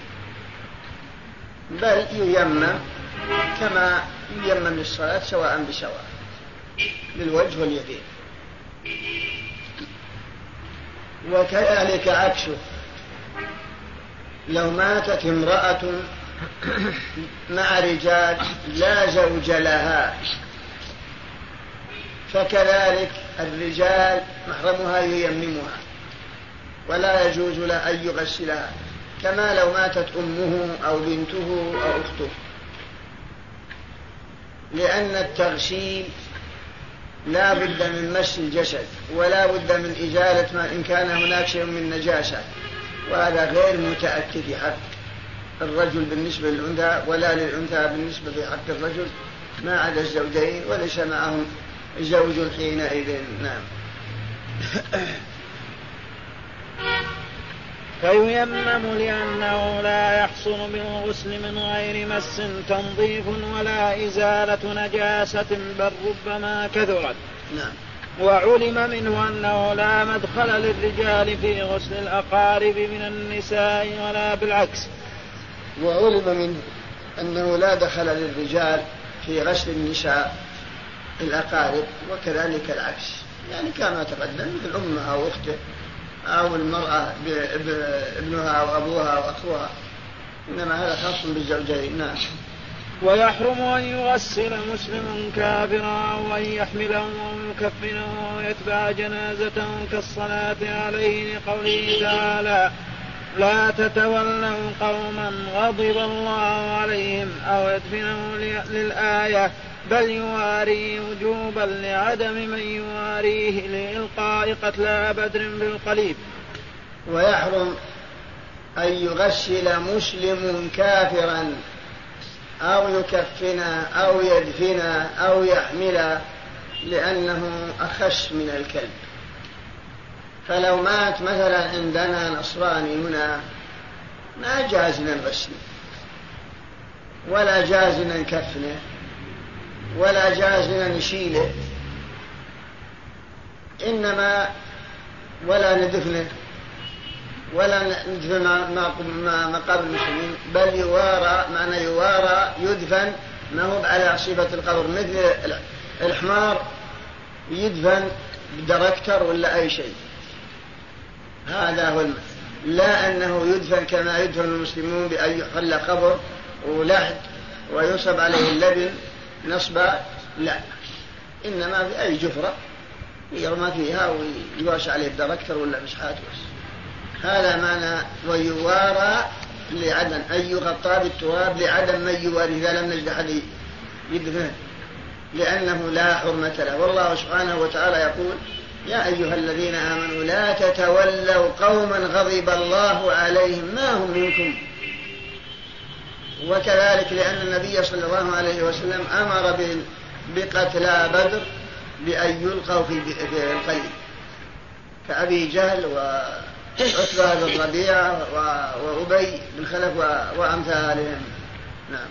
بل ييمم كما ييمم للصلاة سواء بسواء للوجه واليدين. وكذلك عكسه، لو ماتت امرأة مع رجال لا زوج لها فكذلك الرجال محرمها ييممها ولا يجوز له أن يغسلها، كما لو ماتت أمه أو بنته أو أخته، لأن التغسيل لا بد من مس الجسد ولا بد من إزالة ما إن كان هناك شيء من نجاسة، وهذا غير متأكد في حق الرجل بالنسبة للأنثى ولا للأنثى بالنسبة في حق الرجل ما عدا الزوجين وليس معهم زوج حينئذ. نعم. فييمم لأنه لا يحصل بالغسل من غير مس تنظيف ولا إزالة نجاسة بل ربما كثرت. نعم. وعلم منه أنه لا مدخل للرجال في غسل الأقارب من النساء ولا بالعكس. وعلم منه أنه لا دخل للرجال في غسل النساء الأقارب وكذلك العكس، يعني كما تقدم مثل أمها أو أخته أو المرأة بابنها أو أبوها أو أخوها، إنما هذا خاص بالزوجين. نعم. ويحرم أن يغسل مسلم كافرا وأن يحمله ويكفنه ويتبع جنازته كالصلاة عليه، لقوله تعالى: لا تتولوا قوما غضب الله عليهم، أو يدفنه للآية، بل يواري وجوبا لعدم من يواريه لإلقاء قتلى بدر بالقليب. ويحرم أن يغسل مسلم كافرا أو يكفنا أو يدفنا أو يحملا، لأنه أخش من الكلب. فلو مات مثلا عندنا نصراني هنا ما جازنا نغسله ولا جازنا نكفنه ولا جازنا نشيله، إنما ولا ندفنه ولا ندفن مقابر المسلمين، بل يوارى، معنى يوارى يدفن ما هو على صفة القبر، مثل الحمار يدفن بدركتر ولا أي شيء، هذا هو المثل. لا أنه يدفن كما يدفن المسلمون بأن يحل قبر ولحد وينصب عليه اللبن نصبا، لا، إنما في أي جفرة يرمى فيها ويواش عليه بدركتر ولا مشحات بس. هذا معنى ويوارى لعدم أي يغطى بالتراب لعدم من يواري إذا لم نجد أحد يدفنه لأنه لا حرمة له. والله سبحانه وتعالى يقول يا أيها الذين آمنوا لا تتولوا قوما غضب الله عليهم ما هم منكم. وكذلك لأن النبي صلى الله عليه وسلم أمر بقتلى بدر بأن يلقوا في القيد كأبي جهل وعتبة بن ربيعة وأبي بن خلف وأمثالهم. نعم.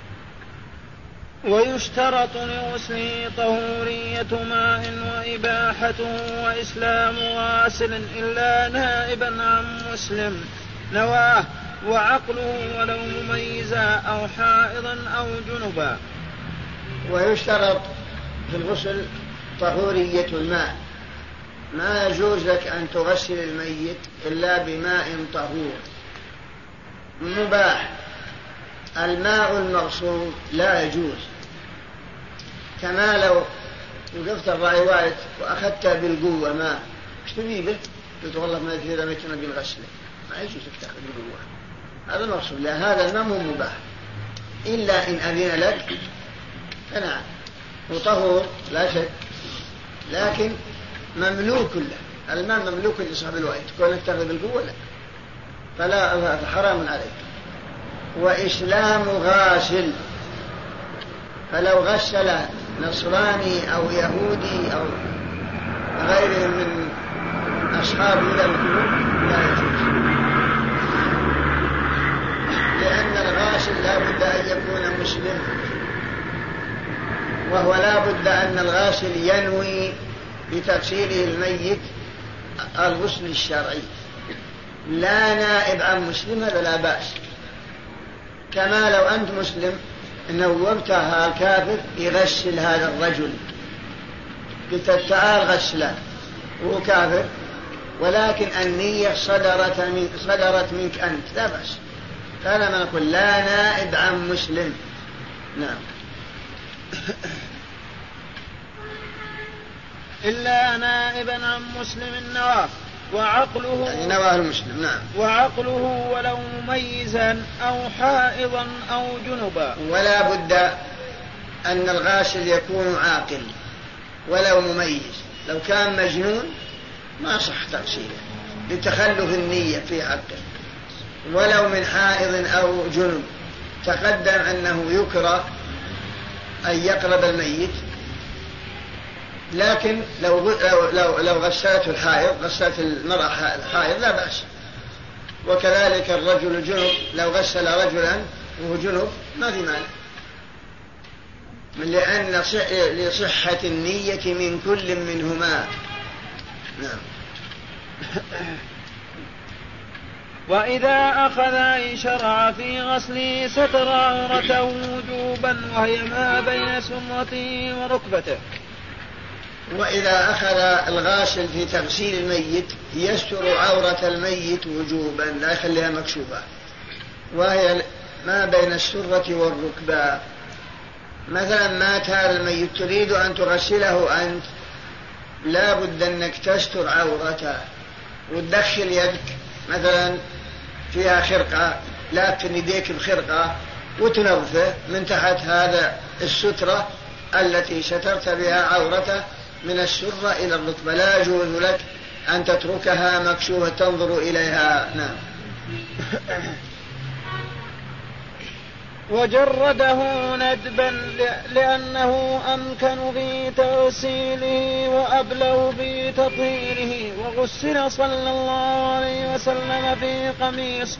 ويشترط لغسله طهورية ماء وإباحته وإسلام غاسل إلا نائبا عن مسلم نواه وعقله ولو مميزا أو حائضا أو جنبا. ويشترط في الغسل طهورية الماء، ما يجوز لك أن تغسل الميت إلا بماء طهور مباح. الماء المغصوب لا يجوز، كما لو وقفت الرأي وأخذت بالقوة ماء ايش تبي به؟ قلت والله ما يدري إذا ميتنا بنغسله، ما يجوز لك تأخذ بالقوة، هذا المغصوب. لا، هذا الماء مو مباح إلا إن أذن لك فنعم وطهور لا شك، لكن مملوك له، الماء مملوك لصاحب الوقت، كونك تأخذ بالقوة لا، فلا حرام عليك. وإسلام غاسل، فلو غسل نصراني أو يهودي أو غيرهم من أصحاب الكفر لا يجوز، لأن الغاسل لا بد أن يكون مسلم، وهو لا بد أن الغاسل ينوي بتغسيله الميت الغسل الشرعي، لا نائب عن مسلم، هذا لا بأس. كما لو أنت مسلم نوبتها الكافر يغسل هذا الرجل، قلت تعال غسله وهو كافر، ولكن النية صدرت منك أنت، لا بأس. فأنا نقول لا نائب عن مسلم. نعم. إلا نائبا عن مسلم نواه وعقله، يعني نواه المسلم. نعم. وعقله ولو مميزا أو حائضا أو جنبا. ولا بد أن الغاسل يكون عاقل ولو مميز، لو كان مجنون ما صح تغسيله لتخلف النية في حقه، ولو من حائض أو جنب. تقدم أنه يكره أن يقرب الميت، لكن لو غسلته الحائض، غسلت المرأة الحائض لا بأس. وكذلك الرجل الجنب لو غسل رجلا وهو جنب ما في مانع، لأن لصحة النية من كل منهما. نعم. وإذا أخذ أي شرع في غسله ستر عورته وجوبا وهي ما بين سرته وركبته. وإذا أخذ الغاسل في تغسيل الميت يستر عورة الميت وجوبا، لا يخليها مكشوفة، وهي ما بين السرة والركبة. مثلا مات هذا الميت تريد أن تغسله أنت، لا بد أنك تستر عورته وتدخل يدك مثلا فيها خرقة، لكن يديك بخرقة وتنظفه من تحت هذا السترة التي سترت بها عورته من السرة إلى الركبة، لا يجوز لك أن تتركها مكشوفة تنظر إليها. نعم. وجرده ندبا لأنه أمكن في تغسيله وأبلغ في تطهيره. وغسل صلى الله عليه وسلم في قميص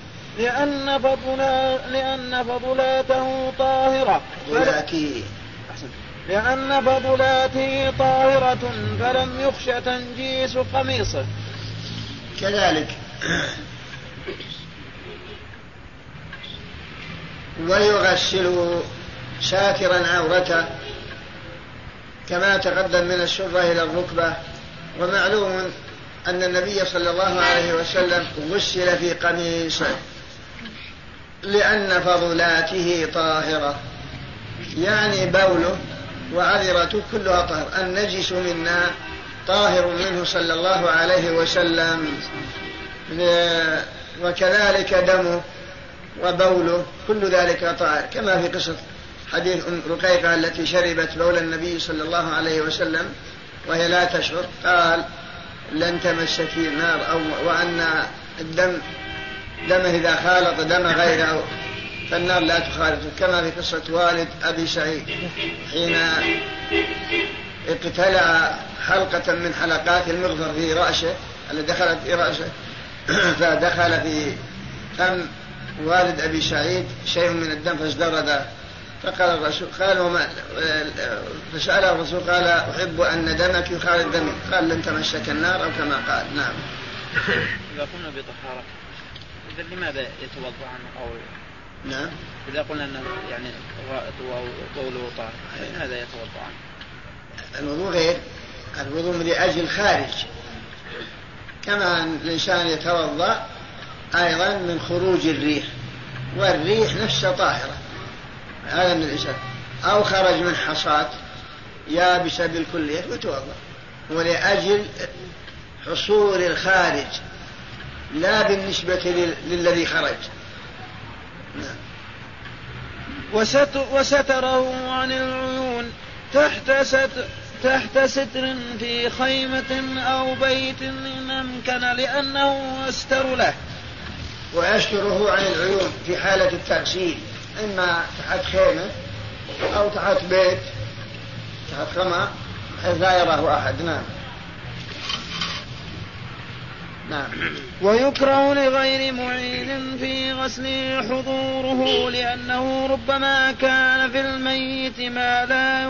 لأن فضلاته طاهرة، لأن فضلاته طاهرة فلم يخش تنجيس قميصه. كذلك ويغسل ساترا عورته كما تقدم من السرة إلى الركبة. ومعلوم أن النبي صلى الله عليه وسلم غسل في قميصه لأن فضلاته طاهرة، يعني بوله وعذرته كلها طاهر، النجس منا طاهر منه صلى الله عليه وسلم. وكذلك دمه وبوله كل ذلك طاهر، كما في قصة حديث رقيقة التي شربت بول النبي صلى الله عليه وسلم وهي لا تشعر، قال لن تمسك النار، وأن الدم دمه إذا خالط دم غيره فالنار لا تخالطه، كما في قصة والد أبي سعيد حين اقتلع حلقة من حلقات المغفر في رأسه التي دخلت في رأسه فدخل في فم والد أبي سعيد شيء من الدم فازدرد، فقال الرسول فسأل الرسول قال أحب أن دمك يخالط دمي، قال لن تمسك النار أو كما قال. نعم. إذا قلنا بطهارة إذا لماذا يتوضأ عنه أو نعم إذا قلنا أنه يعني قوله طاهر لماذا يتوضأ عنه؟ الوضوء غير الوضوء لأجل خارج، كما أن الإنسان يتوضأ أيضا من خروج الريح، والريح نفسها طاهرة، هذا من الإنسان، أو خرج من حصاد يابسة بالكلية وتوضأ، ولأجل حصول الخارج لا بالنسبة للذي خرج. نعم. وستره عن العيون تحت ستر في خيمة أو بيت إن أمكن لأنه يستر له. ويستره عن العيون في حالة التغسيل، إما تحت خيمة أو تحت بيت تحت خمر حيث لا يراه أحد. نعم. نعم. ويكره لغير معين في غسله حضوره لأنه ربما كان في الميت ما لا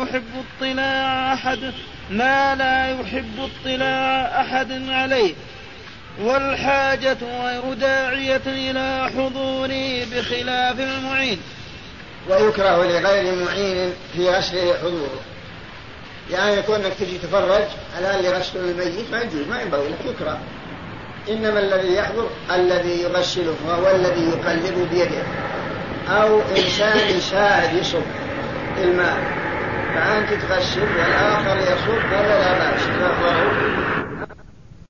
يحب اطلاع أحد عليه، والحاجة غير داعية إلى حضوره بخلاف المعين. ويكره لغير معين في غسله حضوره، يعني يكون أنك تجي تفرج الآن لغسل الميت ما يجوز، ما ينبغي لك، يكره. إنما الذي يحضر الذي يغسله وهو الذي يقلب بيده، أو إنسان يساعد يصب الماء، فأنت تغسل والآخر يصب ولا لا بأس.